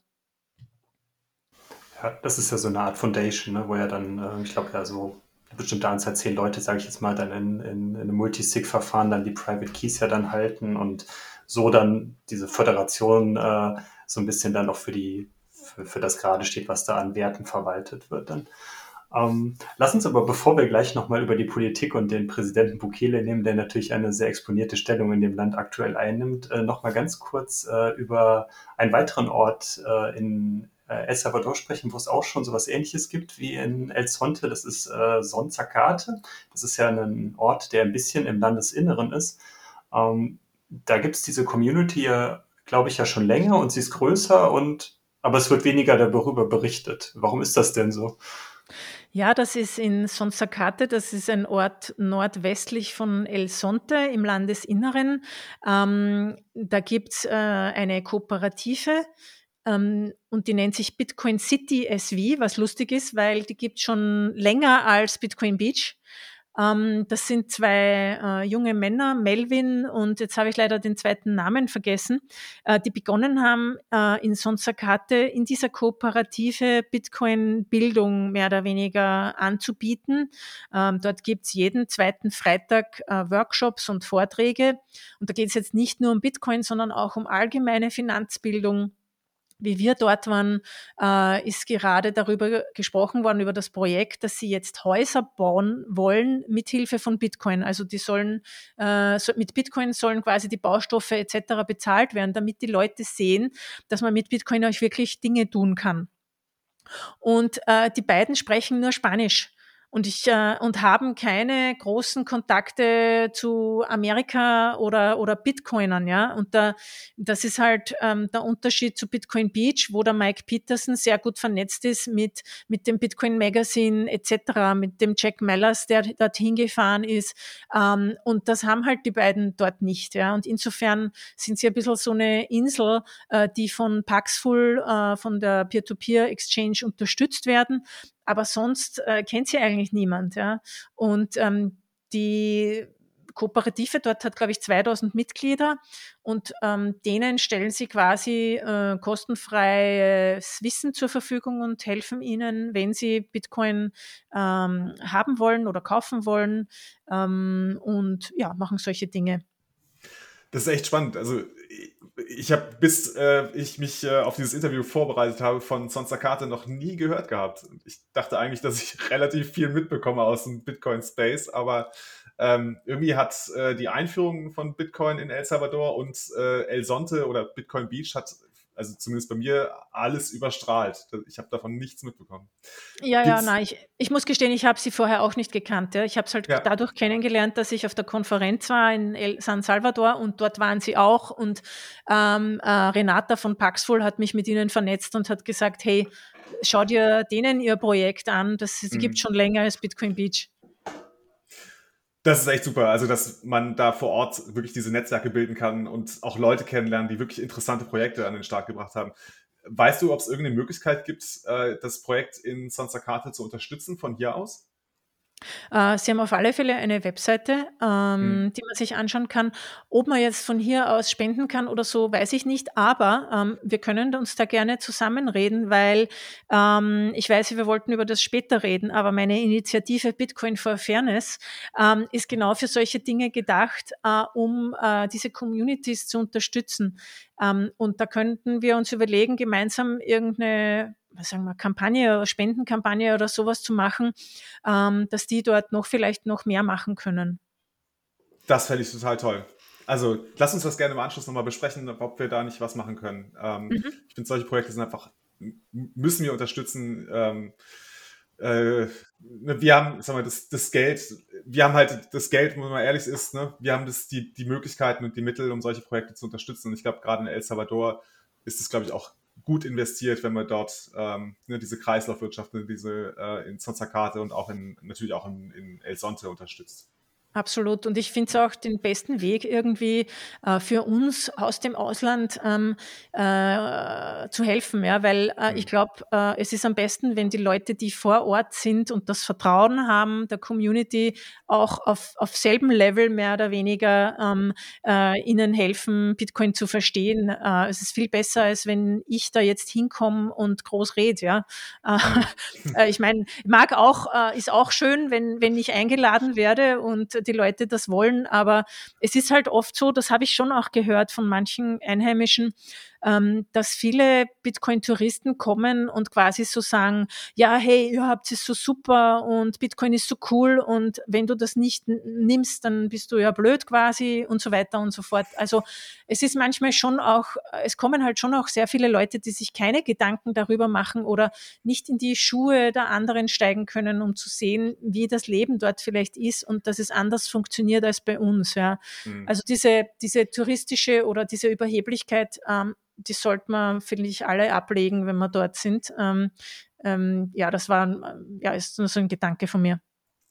Ja, das ist ja so eine Art Foundation, ne, wo ja dann, äh, ich glaube, ja so eine bestimmte Anzahl, zehn Leute, sage ich jetzt mal, dann in, in, in einem Multisig-Verfahren dann die Private Keys ja dann halten und so dann diese Föderation äh, so ein bisschen dann auch für die für, für das gerade steht, was da an Werten verwaltet wird dann. Ähm, lass uns aber, bevor wir gleich nochmal über die Politik und den Präsidenten Bukele nehmen, der natürlich eine sehr exponierte Stellung in dem Land aktuell einnimmt, äh, nochmal ganz kurz äh, über einen weiteren Ort äh, in äh, El Salvador sprechen, wo es auch schon sowas Ähnliches gibt wie in El Sonte. Das ist äh, Sonzacate. Das ist ja ein Ort, der ein bisschen im Landesinneren ist. Ähm, da gibt es diese Community, äh, glaube ich, ja schon länger und sie ist größer und aber es wird weniger darüber berichtet. Warum ist das denn so? Ja, das ist in Sonzacate, das ist ein Ort nordwestlich von El Sonte im Landesinneren. Ähm, da gibt's äh, eine Kooperative ähm, und die nennt sich Bitcoin City S V, was lustig ist, weil die gibt's schon länger als Bitcoin Beach. Ähm, das sind zwei äh, junge Männer, Melvin und jetzt habe ich leider den zweiten Namen vergessen, äh, die begonnen haben, äh, in Sonzacate in dieser Kooperative Bitcoin-Bildung mehr oder weniger anzubieten. Ähm, dort gibt's jeden zweiten Freitag äh, Workshops und Vorträge. Und da geht es jetzt nicht nur um Bitcoin, sondern auch um allgemeine Finanzbildung. Wie wir dort waren, äh, ist gerade darüber gesprochen worden, über das Projekt, dass sie jetzt Häuser bauen wollen mit Hilfe von Bitcoin. Also die sollen, äh, so, mit Bitcoin sollen quasi die Baustoffe et cetera bezahlt werden, damit die Leute sehen, dass man mit Bitcoin auch wirklich Dinge tun kann. Und äh, die beiden sprechen nur Spanisch. Und ich äh, und haben keine großen Kontakte zu Amerika oder oder Bitcoinern, ja. Und da, das ist halt ähm, der Unterschied zu Bitcoin Beach, wo der Mike Peterson sehr gut vernetzt ist mit mit dem Bitcoin Magazine et cetera, mit dem Jack Mallers, der dorthin gefahren ist. Ähm, und das haben halt die beiden dort nicht, ja. Und insofern sind sie ein bisschen so eine Insel, äh, die von Paxful, äh, von der Peer-to-Peer-Exchange unterstützt werden. Aber sonst äh, kennt sie eigentlich niemand. Ja? Und ähm, die Kooperative dort hat, glaube ich, zweitausend Mitglieder und ähm, denen stellen sie quasi äh, kostenfreies Wissen zur Verfügung und helfen ihnen, wenn sie Bitcoin ähm, haben wollen oder kaufen wollen ähm, und ja, machen solche Dinge. Das ist echt spannend. Also ich habe, bis äh, ich mich äh, auf dieses Interview vorbereitet habe, von Sonzacate noch nie gehört gehabt. Ich dachte eigentlich, dass ich relativ viel mitbekomme aus dem Bitcoin-Space, aber ähm, irgendwie hat äh, die Einführung von Bitcoin in El Salvador und äh, El Sonte oder Bitcoin Beach hat, also zumindest bei mir, alles überstrahlt. Ich habe davon nichts mitbekommen. Ja, ja, Gibt's? nein, ich, ich muss gestehen, ich habe sie vorher auch nicht gekannt. Ja. Ich habe es halt Ja. dadurch kennengelernt, dass ich auf der Konferenz war in El San Salvador und dort waren sie auch. Und ähm, äh, Renata von Paxful hat mich mit ihnen vernetzt und hat gesagt, hey, schau dir denen ihr Projekt an, das gibt Mhm. schon länger als Bitcoin Beach. Das ist echt super, also dass man da vor Ort wirklich diese Netzwerke bilden kann und auch Leute kennenlernen, die wirklich interessante Projekte an den Start gebracht haben. Weißt du, ob es irgendeine Möglichkeit gibt, äh, das Projekt in Sonzacate zu unterstützen von hier aus? Äh, Sie haben auf alle Fälle eine Webseite, Hm. ähm, die man sich anschauen kann. Ob man jetzt von hier aus spenden kann oder so, weiß ich nicht, aber ähm, wir können uns da gerne zusammenreden, weil ähm, ich weiß, wir wollten über das später reden, aber meine Initiative Bitcoin for Fairness ähm, ist genau für solche Dinge gedacht, äh, um äh, diese Communities zu unterstützen. Ähm, und da könnten wir uns überlegen, gemeinsam irgendeine, was sagen wir, Kampagne oder Spendenkampagne oder sowas zu machen, ähm, dass die dort noch vielleicht noch mehr machen können. Das fände ich total toll. Also lass uns das gerne im Anschluss nochmal besprechen, ob wir da nicht was machen können. Ähm, Mhm. ich finde, solche Projekte sind einfach, müssen wir unterstützen. Ähm, äh, ne, wir haben, sag mal, das, das Geld, wir haben halt das Geld, wenn man ehrlich ist, ne, wir haben das, die, die Möglichkeiten und die Mittel, um solche Projekte zu unterstützen. Und ich glaube, gerade in El Salvador ist es, glaube ich, auch gut investiert, wenn man dort ähm, ne, diese Kreislaufwirtschaft, ne, diese äh, in Sonzacate und auch in, natürlich auch in, in El Sonte unterstützt. Absolut. Und ich finde es auch den besten Weg irgendwie äh, für uns aus dem Ausland ähm, äh, zu helfen, ja, weil äh, ich Hm. glaube, äh, es ist am besten, wenn die Leute, die vor Ort sind und das Vertrauen haben der Community, auch auf, auf selben Level mehr oder weniger ähm, äh, ihnen helfen, Bitcoin zu verstehen. Äh, es ist viel besser, als wenn ich da jetzt hinkomme und groß rede, ja. Äh, Hm. äh, ich meine, mag auch, äh, ist auch schön, wenn, wenn ich eingeladen werde und die Leute das wollen, aber es ist halt oft so, das habe ich schon auch gehört von manchen Einheimischen, ähm, dass viele Bitcoin-Touristen kommen und quasi so sagen, ja, hey, ihr habt es so super und Bitcoin ist so cool und wenn du das nicht n- nimmst, dann bist du ja blöd quasi und so weiter und so fort. Also es ist manchmal schon auch, es kommen halt schon auch sehr viele Leute, die sich keine Gedanken darüber machen oder nicht in die Schuhe der anderen steigen können, um zu sehen, wie das Leben dort vielleicht ist und dass es anders funktioniert als bei uns. Ja. Hm. Also diese, diese touristische oder diese Überheblichkeit, ähm, die sollte man, finde ich, alle ablegen, wenn wir dort sind. Ähm, ähm, ja, das war, ähm, ja, ist nur so ein Gedanke von mir.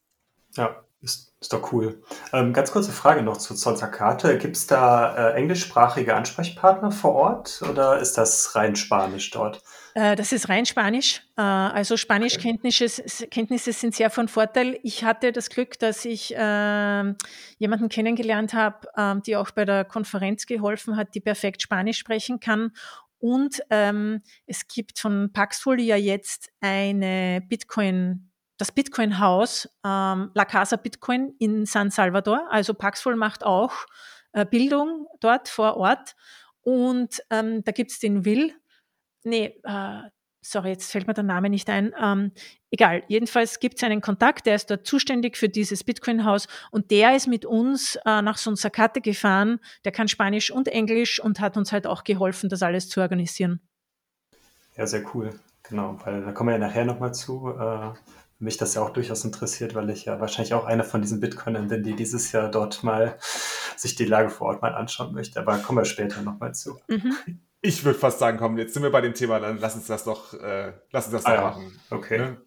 Ja, ist, ist doch cool. Ähm, ganz kurze Frage noch zu Zollsakate. Gibt es da äh, englischsprachige Ansprechpartner vor Ort oder ist das rein Spanisch dort? Äh, das ist rein Spanisch. Äh, also Okay. Spanischkenntnisse Kenntnisse sind sehr von Vorteil. Ich hatte das Glück, dass ich ähm, jemanden kennengelernt habe, ähm, die auch bei der Konferenz geholfen hat, die perfekt Spanisch sprechen kann. Und ähm, es gibt von Paxful ja jetzt eine Bitcoin, das Bitcoin-Haus, ähm, La Casa Bitcoin in San Salvador. Also Paxful macht auch äh, Bildung dort vor Ort. Und ähm, da gibt's den Will. Nee, äh, sorry, jetzt fällt mir der Name nicht ein. Ähm, egal, jedenfalls gibt es einen Kontakt, der ist dort zuständig für dieses Bitcoin-Haus und der ist mit uns äh, nach Sonsacate gefahren. Der kann Spanisch und Englisch und hat uns halt auch geholfen, das alles zu organisieren. Ja, sehr cool. Genau, weil da kommen wir ja nachher nochmal zu. Äh, mich das ja auch durchaus interessiert, weil ich ja wahrscheinlich auch einer von diesen Bitcoinern bin, die dieses Jahr dort mal sich die Lage vor Ort mal anschauen möchte. Aber kommen wir später nochmal zu. Mhm. Ich würde fast sagen, komm, jetzt sind wir bei dem Thema, dann lass uns das doch, äh, lass uns das Ah doch ja, machen. okay, Ne?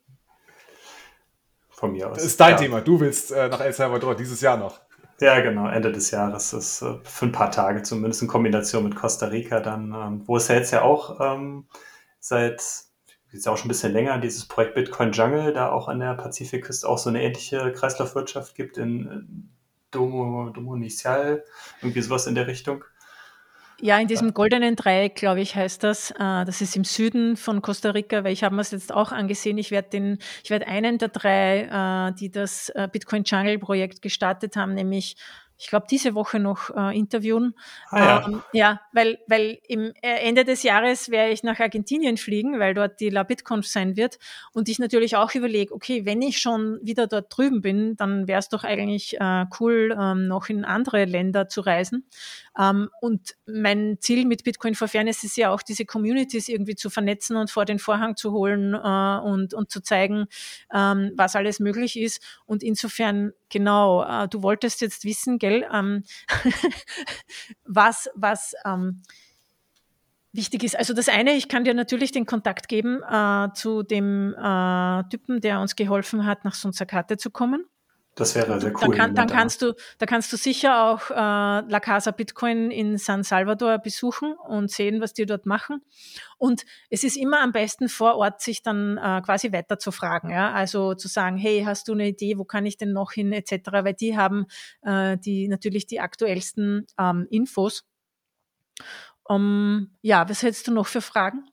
von mir Das aus. ist dein Ja, Thema. Du willst äh, nach El Salvador dieses Jahr noch. ja, genau, Ende des Jahres ist äh, für ein paar Tage zumindest in Kombination mit Costa Rica dann, ähm, wo es ja jetzt ja auch ähm, seit, ist ja auch schon ein bisschen länger, dieses Projekt Bitcoin Jungle, da auch an der Pazifikküste auch so eine ähnliche Kreislaufwirtschaft gibt in äh, Domo, Domonicial, irgendwie sowas in der Richtung. Ja, in diesem goldenen Dreieck, glaube ich, heißt das. Äh, das ist im Süden von Costa Rica, weil ich habe mir es jetzt auch angesehen. Ich werde den, ich werde einen der drei, äh, die das äh, Bitcoin Jungle Projekt gestartet haben, nämlich ich glaube, diese Woche noch äh, interviewen. Ah ja, Ähm, ja, weil, weil im äh, Ende des Jahres werde ich nach Argentinien fliegen, weil dort die La BitConf sein wird. Und ich natürlich auch überlege, okay, wenn ich schon wieder dort drüben bin, dann wäre es doch eigentlich äh, cool, ähm, noch in andere Länder zu reisen. Ähm, und mein Ziel mit Bitcoin for Fairness ist ja auch, diese Communities irgendwie zu vernetzen und vor den Vorhang zu holen äh, und, und zu zeigen, ähm, was alles möglich ist. Und insofern, genau, äh, du wolltest jetzt wissen, gell, ähm, was, was ähm, wichtig ist. Also das eine, ich kann dir natürlich den Kontakt geben äh, zu dem äh, Typen, der uns geholfen hat, nach Sonsacate zu kommen. das wäre Du, sehr dann, cool, kann, wenn man dann, da. kannst du, da kannst du sicher auch äh, La Casa Bitcoin in San Salvador besuchen und sehen, was die dort machen. Und es ist immer am besten vor Ort, sich dann äh, quasi weiter zu fragen. Ja? Also zu sagen, hey, hast du eine Idee, wo kann ich denn noch hin, et cetera. Weil die haben äh, die natürlich die aktuellsten ähm, Infos. Um, ja, was hättest du noch für Fragen?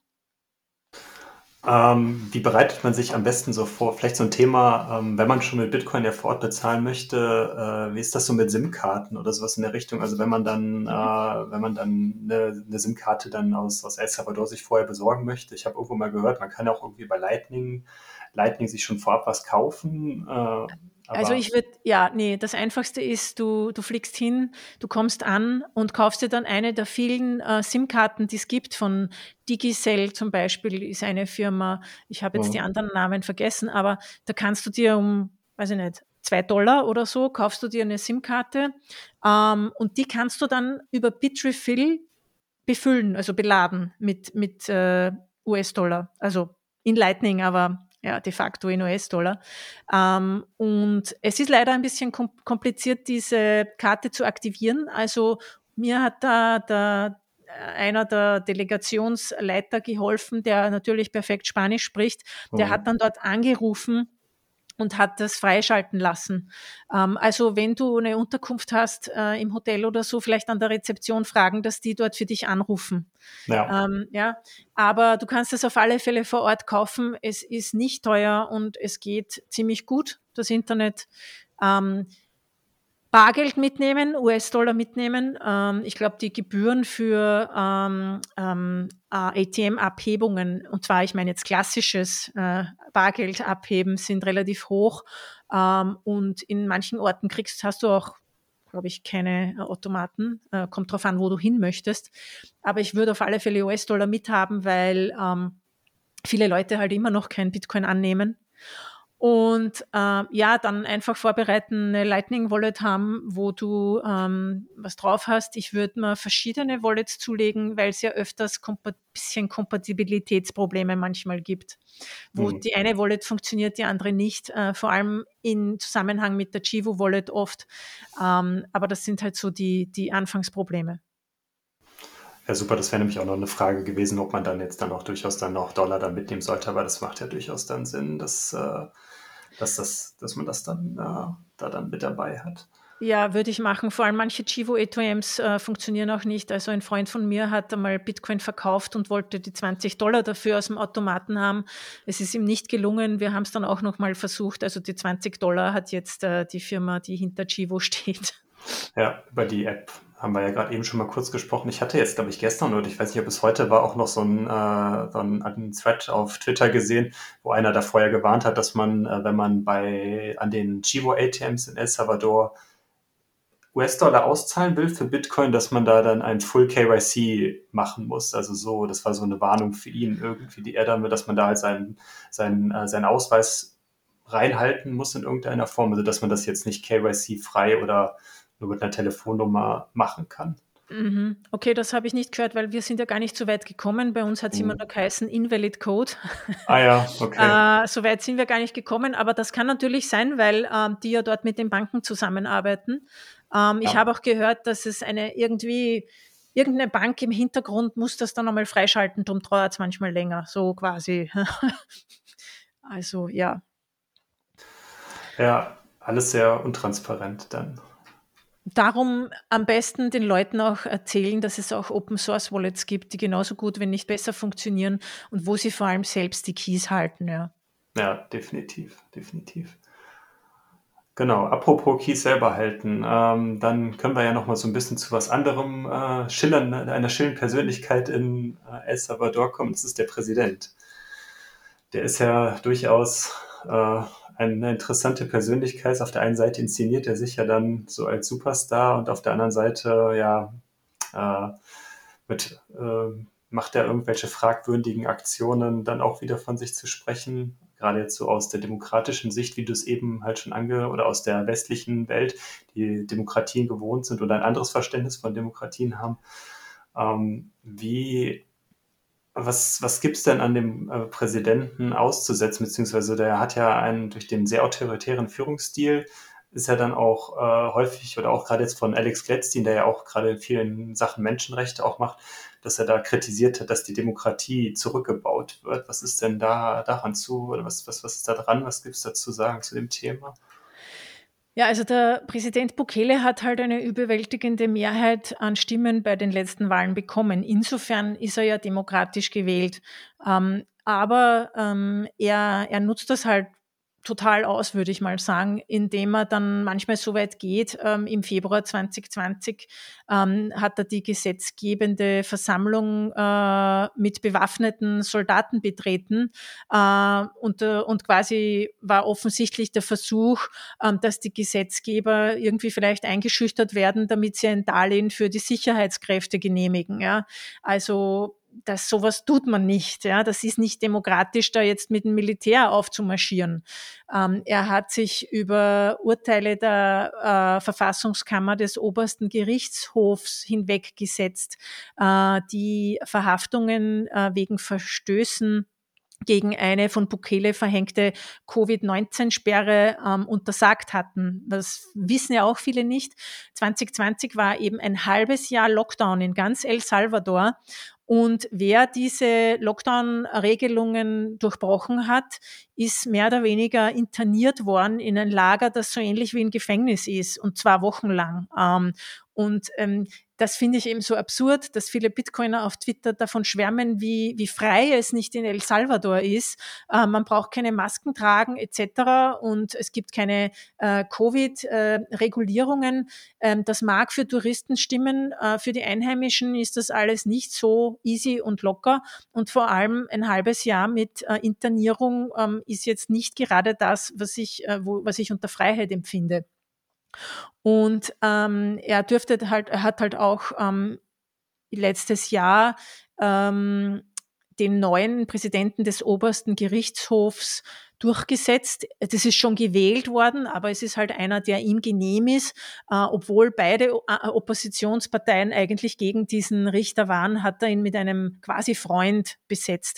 Ähm, wie bereitet man sich am besten so vor? Vielleicht so ein Thema, ähm, wenn man schon mit Bitcoin ja vor Ort bezahlen möchte, äh, wie ist das so mit SIM-Karten oder sowas in der Richtung? Also wenn man dann, äh, Mhm. wenn man dann eine, eine SIM-Karte dann aus, aus El Salvador sich vorher besorgen möchte. Ich habe irgendwo mal gehört, man kann ja auch irgendwie bei Lightning, Lightning sich schon vorab was kaufen. Äh, Also aber ich würde, ja, nee, das Einfachste ist, du, du fliegst hin, du kommst an und kaufst dir dann eine der vielen äh, SIM-Karten, die es gibt. Von Digicel zum Beispiel ist eine Firma, ich habe jetzt die äh, anderen Namen vergessen, aber da kannst du dir um, weiß ich nicht, zwei Dollar oder so, kaufst du dir eine SIM-Karte ähm, und die kannst du dann über Bitrefill befüllen, also beladen mit, mit äh, U S-Dollar, also in Lightning, aber ja, de facto in U S-Dollar. Ähm, und es ist leider ein bisschen kom- kompliziert, diese Karte zu aktivieren. Also mir hat da der, einer der Delegationsleiter geholfen, der natürlich perfekt Spanisch spricht. Der hat dann dort angerufen und hat das freischalten lassen. Ähm, also wenn du eine Unterkunft hast äh, im Hotel oder so, vielleicht an der Rezeption fragen, dass die dort für dich anrufen. Ja. Ähm, ja, aber du kannst es auf alle Fälle vor Ort kaufen. Es ist nicht teuer und es geht ziemlich gut, das Internet. Ähm, Bargeld mitnehmen, U S-Dollar mitnehmen. Ähm, ich glaube, die Gebühren für ähm, ähm, äh, A T M-Abhebungen, und zwar, ich meine jetzt klassisches äh, Bargeld abheben, sind relativ hoch. Ähm, und in manchen Orten kriegst, hast du auch, glaube ich, keine äh, Automaten. Äh, kommt drauf an, wo du hin möchtest. Aber ich würde auf alle Fälle U S-Dollar mithaben, weil ähm, viele Leute halt immer noch kein Bitcoin annehmen. Und äh, ja, dann einfach vorbereiten, eine Lightning Wallet haben, wo du ähm, was drauf hast. Ich würde mir verschiedene Wallets zulegen, weil es ja öfters ein kompa- bisschen Kompatibilitätsprobleme manchmal gibt, wo Mhm. die eine Wallet funktioniert, die andere nicht, äh, vor allem in Zusammenhang mit der Chivo Wallet oft. Ähm, aber das sind halt so die, die Anfangsprobleme. Ja, super, das wäre nämlich auch noch eine Frage gewesen, ob man dann jetzt dann auch durchaus dann noch Dollar dann mitnehmen sollte, aber das macht ja durchaus dann Sinn, dass, äh, dass, das, dass man das dann äh, da dann mit dabei hat. Ja, würde ich machen. Vor allem manche Chivo-A T Ms äh, funktionieren auch nicht. Also ein Freund von mir hat einmal Bitcoin verkauft und wollte die zwanzig Dollar dafür aus dem Automaten haben. Es ist ihm nicht gelungen. Wir haben es dann auch noch mal versucht. Also die zwanzig Dollar hat jetzt äh, die Firma, die hinter Chivo steht. Ja, über die App haben wir ja gerade eben schon mal kurz gesprochen. Ich hatte jetzt, glaube ich, gestern oder ich weiß nicht, ob es heute war, auch noch so ein, äh, so ein, einen Thread auf Twitter gesehen, wo einer da vorher gewarnt hat, dass man, äh, wenn man bei an den Chivo A T Ms in El Salvador U S-Dollar auszahlen will für Bitcoin, dass man da dann ein Full K Y C machen muss. Also so, das war so eine Warnung für ihn irgendwie, die er dann, dass man da halt seinen, seinen, äh, seinen Ausweis reinhalten muss in irgendeiner Form, also dass man das jetzt nicht K Y C-frei oder nur mit einer Telefonnummer machen kann. Mhm. Okay, das habe ich nicht gehört, weil wir sind ja gar nicht so weit gekommen. Bei uns hat es immer Mhm. noch geheißen Invalid Code. Ah ja, okay. Äh, so weit sind wir gar nicht gekommen, aber das kann natürlich sein, weil ähm, die ja dort mit den Banken zusammenarbeiten. Ähm, ich Ja. habe auch gehört, dass es eine irgendwie, irgendeine Bank im Hintergrund muss das dann einmal freischalten, darum dauert es manchmal länger, so quasi. Also ja. Ja, alles sehr untransparent dann. Darum am besten den Leuten auch erzählen, dass es auch Open Source Wallets gibt, die genauso gut, wenn nicht besser funktionieren und wo sie vor allem selbst die Keys halten, ja. Ja, definitiv, definitiv. Genau, apropos Keys selber halten, ähm, dann können wir ja noch mal so ein bisschen zu was anderem äh, schillern, einer schillernden Persönlichkeit in äh, El Salvador kommen. Das ist der Präsident. Der ist ja durchaus äh, eine interessante Persönlichkeit. Auf der einen Seite inszeniert er sich ja dann so als Superstar und auf der anderen Seite ja äh, mit, äh, macht er irgendwelche fragwürdigen Aktionen dann auch wieder von sich zu sprechen. Gerade jetzt so aus der demokratischen Sicht, wie du es eben halt schon ange- oder aus der westlichen Welt, die Demokratien gewohnt sind oder ein anderes Verständnis von Demokratien haben. Ähm, wie was, was gibt es denn an dem äh, Präsidenten auszusetzen, beziehungsweise der hat ja einen durch den sehr autoritären Führungsstil, ist ja dann auch äh, häufig oder auch gerade jetzt von Alex Gladstein, der ja auch gerade in vielen Sachen Menschenrechte auch macht, dass er da kritisiert hat, dass die Demokratie zurückgebaut wird. Was ist denn da daran zu oder was, was, was ist da dran? Was gibt es da zu sagen zu dem Thema? Ja, also der Präsident Bukele hat halt eine überwältigende Mehrheit an Stimmen bei den letzten Wahlen bekommen. Insofern ist er ja demokratisch gewählt. Ähm, aber ähm, er, er nutzt das halt total aus, würde ich mal sagen, indem er dann manchmal so weit geht. Ähm, Im Februar zwanzig zwanzig ähm, hat er die gesetzgebende Versammlung äh, mit bewaffneten Soldaten betreten äh, und, äh, und quasi war offensichtlich der Versuch, ähm, dass die Gesetzgeber irgendwie vielleicht eingeschüchtert werden, damit sie ein Darlehen für die Sicherheitskräfte genehmigen. Ja? Also das sowas tut man nicht. Ja, das ist nicht demokratisch, da jetzt mit dem Militär aufzumarschieren. Ähm, er hat sich über Urteile der äh, Verfassungskammer des obersten Gerichtshofs hinweggesetzt, äh, die Verhaftungen äh, wegen Verstößen gegen eine von Bukele verhängte Covid neunzehn Sperre ähm, untersagt hatten. Das wissen ja auch viele nicht. zwanzig zwanzig war eben ein halbes Jahr Lockdown in ganz El Salvador. Und wer diese Lockdown-Regelungen durchbrochen hat, ist mehr oder weniger interniert worden in ein Lager, das so ähnlich wie ein Gefängnis ist, und zwar wochenlang. Ähm, und ähm, das finde ich eben so absurd, dass viele Bitcoiner auf Twitter davon schwärmen, wie, wie frei es nicht in El Salvador ist. Äh, man braucht keine Masken tragen et cetera und es gibt keine äh, Covid-Regulierungen. Äh, ähm, das mag für Touristen stimmen, äh, für die Einheimischen ist das alles nicht so easy und locker, und vor allem ein halbes Jahr mit äh, Internierung ähm, ist jetzt nicht gerade das, was ich, äh, wo, was ich unter Freiheit empfinde. Und ähm, er dürfte halt, er hat halt auch ähm, letztes Jahr ähm, den neuen Präsidenten des obersten Gerichtshofs durchgesetzt. Das ist schon gewählt worden, aber es ist halt einer, der ihm genehm ist. Äh, obwohl beide äh, Oppositionsparteien eigentlich gegen diesen Richter waren, hat er ihn mit einem quasi Freund besetzt.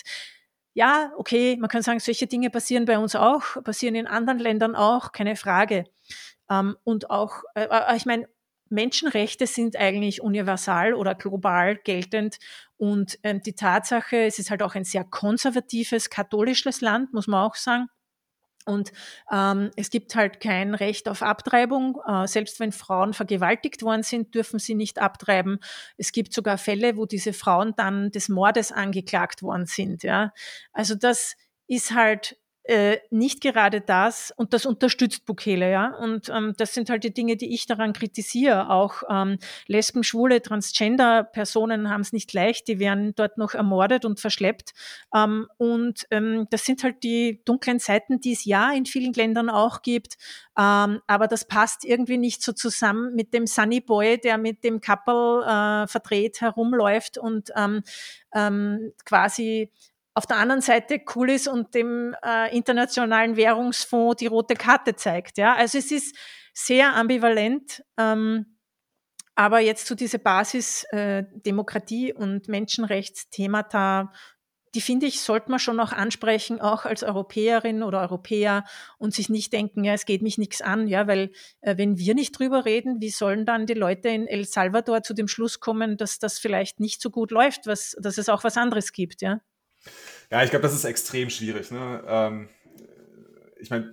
Ja, okay, man kann sagen, solche Dinge passieren bei uns auch, passieren in anderen Ländern auch, keine Frage. Ähm, und auch, äh, ich meine, Menschenrechte sind eigentlich universal oder global geltend, und ähm, die Tatsache, es ist halt auch ein sehr konservatives, katholisches Land, muss man auch sagen. Und ähm, es gibt halt kein Recht auf Abtreibung. Äh, selbst wenn Frauen vergewaltigt worden sind, dürfen sie nicht abtreiben. Es gibt sogar Fälle, wo diese Frauen dann des Mordes angeklagt worden sind. Ja, also das ist halt äh, nicht gerade das, und das unterstützt Bukele, ja. Und ähm, das sind halt die Dinge, die ich daran kritisiere. Auch ähm, Lesben, Schwule, Transgender-Personen haben es nicht leicht, die werden dort noch ermordet und verschleppt. Ähm, und ähm, das sind halt die dunklen Seiten, die es ja in vielen Ländern auch gibt. Ähm, aber das passt irgendwie nicht so zusammen mit dem Sunny Boy, der mit dem Kappel äh, verdreht herumläuft und ähm, ähm, quasi auf der anderen Seite cool ist und dem äh, Internationalen Währungsfonds die rote Karte zeigt. Ja, also es ist sehr ambivalent. Ähm, aber jetzt zu dieser Basis äh, Demokratie und Menschenrechtsthemata, die finde ich, sollte man schon auch ansprechen, auch als Europäerin oder Europäer, und sich nicht denken, ja, es geht mich nichts an, ja, weil äh, wenn wir nicht drüber reden, wie sollen dann die Leute in El Salvador zu dem Schluss kommen, dass das vielleicht nicht so gut läuft, was, dass es auch was anderes gibt, ja? Ja, ich glaube, das ist extrem schwierig. Ne? Ähm, ich meine,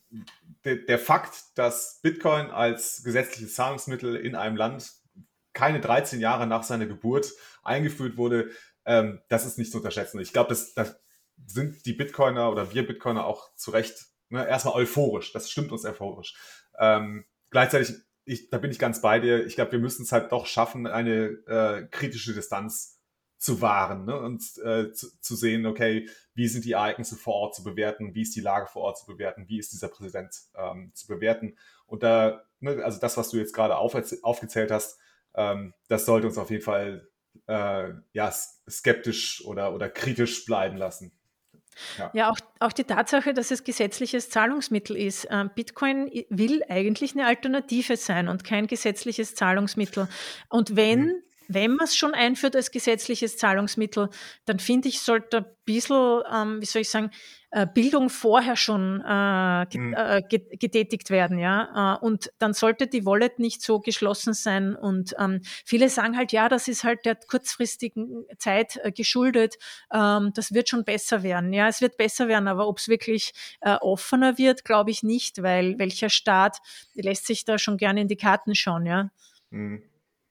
der, der Fakt, dass Bitcoin als gesetzliches Zahlungsmittel in einem Land keine dreizehn Jahre nach seiner Geburt eingeführt wurde, ähm, das ist nicht zu unterschätzen. Ich glaube, das, das sind die Bitcoiner oder wir Bitcoiner auch zu Recht ne, erstmal euphorisch. Das stimmt uns euphorisch. Ähm, gleichzeitig, ich, da bin ich ganz bei dir. Ich glaube, wir müssen es halt doch schaffen, eine äh, kritische Distanz zu wahren ne? und äh, zu, zu sehen, okay, wie sind die Ereignisse vor Ort zu bewerten, wie ist die Lage vor Ort zu bewerten, wie ist dieser Präsident ähm, zu bewerten. Und da, ne, also das, was du jetzt gerade auf, aufgezählt hast, ähm, das sollte uns auf jeden Fall äh, ja, skeptisch oder, oder kritisch bleiben lassen. Ja, ja auch, auch die Tatsache, dass es gesetzliches Zahlungsmittel ist. Ähm, Bitcoin will eigentlich eine Alternative sein und kein gesetzliches Zahlungsmittel. Und wenn mhm. Wenn man es schon einführt als gesetzliches Zahlungsmittel, dann finde ich, sollte ein bisschen, ähm, wie soll ich sagen, äh, Bildung vorher schon äh, get, mhm. äh, getätigt werden, ja. Äh, und dann sollte die Wallet nicht so geschlossen sein. Und ähm, viele sagen halt, ja, das ist halt der kurzfristigen Zeit äh, geschuldet. Ähm, das wird schon besser werden. Ja, es wird besser werden, aber ob es wirklich äh, offener wird, glaube ich nicht, weil welcher Staat lässt sich da schon gerne in die Karten schauen, ja. Mhm.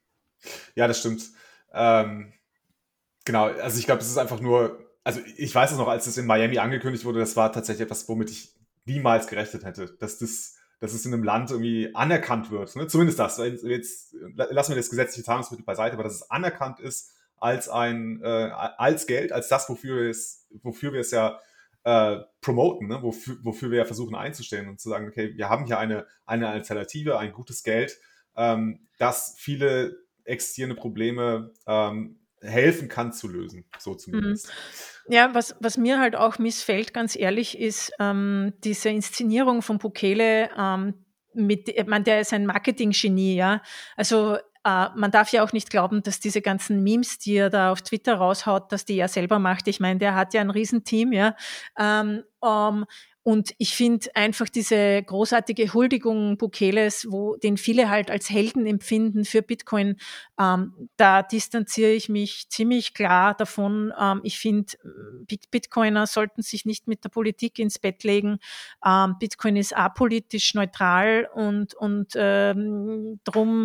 Ja, das stimmt. Ähm, genau, also ich glaube, es ist einfach nur, also ich weiß es noch, als es in Miami angekündigt wurde, das war tatsächlich etwas, womit ich niemals gerechnet hätte, dass das, dass es in einem Land irgendwie anerkannt wird. Ne? Zumindest das. Jetzt lassen wir das gesetzliche Zahlungsmittel beiseite, aber dass es anerkannt ist als ein, äh, als Geld, als das, wofür wir es, wofür wir es ja äh, promoten, ne? wofür, wofür wir ja versuchen einzustellen und zu sagen, okay, wir haben hier eine, eine Alternative, ein gutes Geld, ähm, das viele existierende Probleme ähm, helfen kann zu lösen, so zumindest. Ja, was, was mir halt auch missfällt, ganz ehrlich, ist ähm, diese Inszenierung von Bukele, ähm, mit, ich meine, der ist ein Marketing-Genie, ja. Also äh, man darf ja auch nicht glauben, dass diese ganzen Memes, die er da auf Twitter raushaut, dass die er selber macht. Ich meine, der hat ja ein Riesenteam, ja. Ähm, ähm, und ich finde einfach diese großartige Huldigung Bukeles, wo den viele halt als Helden empfinden für Bitcoin, ähm, da distanziere ich mich ziemlich klar davon. Ähm, ich finde, Bitcoiner sollten sich nicht mit der Politik ins Bett legen. Ähm, Bitcoin ist apolitisch neutral und, und ähm, drum,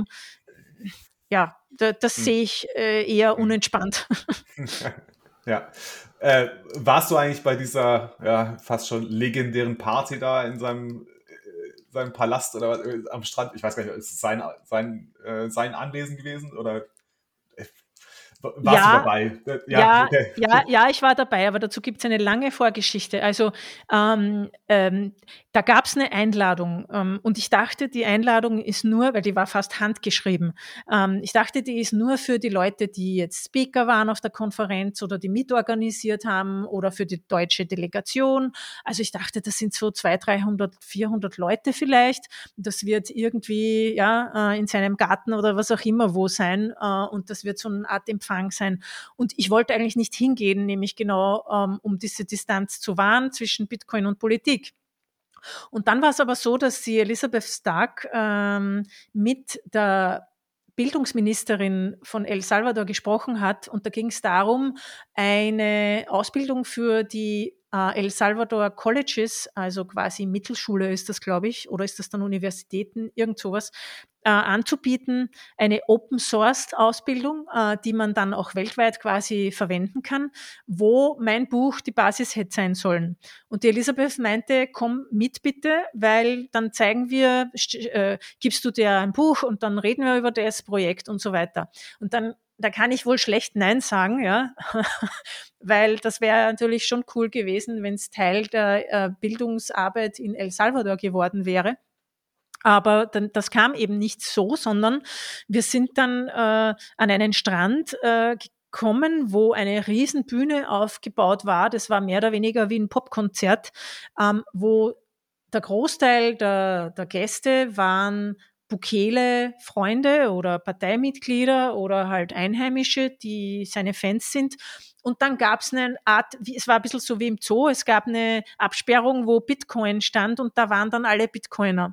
ja, da, das Hm. sehe ich äh, eher unentspannt. Ja. Äh, warst du eigentlich bei dieser ja, fast schon legendären Party da in seinem, äh, seinem Palast oder äh, am Strand? Ich weiß gar nicht, ist es sein, sein, äh, sein Anwesen gewesen oder äh, warst du Ja, dabei? Äh, Ja, ja, okay. ja, ja, ich war dabei, aber dazu gibt es eine lange Vorgeschichte. Also ähm, ähm, da gab es eine Einladung ähm, und ich dachte, die Einladung ist nur, weil die war fast handgeschrieben, ähm, ich dachte, die ist nur für die Leute, die jetzt Speaker waren auf der Konferenz oder die mitorganisiert haben oder für die deutsche Delegation. Also ich dachte, das sind so zweihundert, dreihundert, vierhundert Leute vielleicht. Das wird irgendwie ja äh, in seinem Garten oder was auch immer wo sein äh, und das wird so eine Art Empfang sein. Und ich wollte eigentlich nicht hingehen, nämlich genau, ähm, um diese Distanz zu wahren zwischen Bitcoin und Politik. Und dann war es aber so, dass die Elizabeth Stark ähm, mit der Bildungsministerin von El Salvador gesprochen hat. Und da ging es darum, eine Ausbildung für die äh, El Salvador Colleges, also quasi Mittelschule ist das, glaube ich, oder ist das dann Universitäten, irgend sowas, äh, anzubieten, eine Open-Source-Ausbildung, äh, die man dann auch weltweit quasi verwenden kann, wo mein Buch die Basis hätte sein sollen. Und die Elisabeth meinte, komm mit bitte, weil dann zeigen wir, äh, gibst du dir ein Buch und dann reden wir über das Projekt und so weiter. Und dann, da kann ich wohl schlecht Nein sagen, ja, weil das wäre natürlich schon cool gewesen, wenn es Teil der äh, Bildungsarbeit in El Salvador geworden wäre. Aber dann, das kam eben nicht so, sondern wir sind dann äh, an einen Strand äh, gekommen, wo eine Riesenbühne aufgebaut war. Das war mehr oder weniger wie ein Popkonzert, ähm, wo der Großteil der, der Gäste waren Bukele-Freunde oder Parteimitglieder oder halt Einheimische, die seine Fans sind. Und dann gab es eine Art, wie, es war ein bisschen so wie im Zoo, es gab eine Absperrung, wo Bitcoin stand und da waren dann alle Bitcoiner.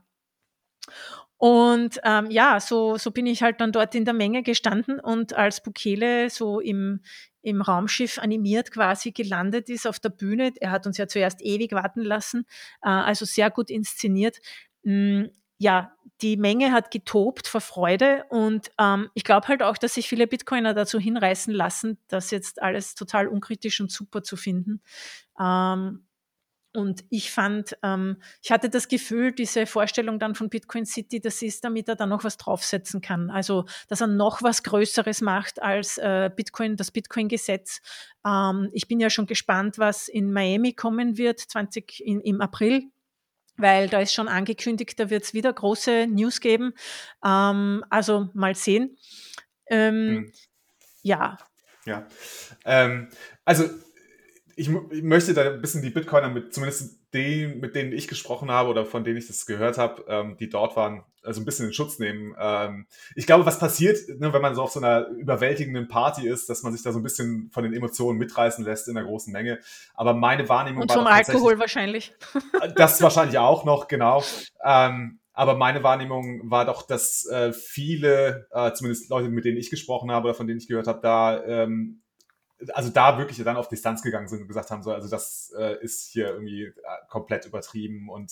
Und ähm, ja, so, so bin ich halt dann dort in der Menge gestanden und als Bukele so im, im Raumschiff animiert quasi gelandet ist auf der Bühne, er hat uns ja zuerst ewig warten lassen, äh, also sehr gut inszeniert. Mm, ja, die Menge hat getobt vor Freude und ähm, ich glaube halt auch, dass sich viele Bitcoiner dazu hinreißen lassen, das jetzt alles total unkritisch und super zu finden. Ähm, Und ich fand, ähm, ich hatte das Gefühl, diese Vorstellung dann von Bitcoin City, das ist, damit er da noch was draufsetzen kann. Also, dass er noch was Größeres macht als äh, Bitcoin, das Bitcoin-Gesetz. Ähm, ich bin ja schon gespannt, was in Miami kommen wird, zwanzig in, im April. Weil da ist schon angekündigt, da wird es wieder große News geben. Ähm, also mal sehen. Ähm, Hm. ja. Ja. Ähm, also ich, ich möchte da ein bisschen die Bitcoiner, mit, zumindest die, mit denen ich gesprochen habe oder von denen ich das gehört habe, ähm, die dort waren, also ein bisschen in Schutz nehmen. Ähm, ich glaube, was passiert, ne, wenn man so auf so einer überwältigenden Party ist, dass man sich da so ein bisschen von den Emotionen mitreißen lässt in einer großen Menge. Aber meine Wahrnehmung Und war vom doch tatsächlich, Alkohol wahrscheinlich. das wahrscheinlich auch noch, genau. Ähm, aber meine Wahrnehmung war doch, dass äh, viele, äh, zumindest Leute, mit denen ich gesprochen habe oder von denen ich gehört habe, da ähm, also da wirklich dann auf Distanz gegangen sind und gesagt haben, so, also das äh, ist hier irgendwie äh, komplett übertrieben. Und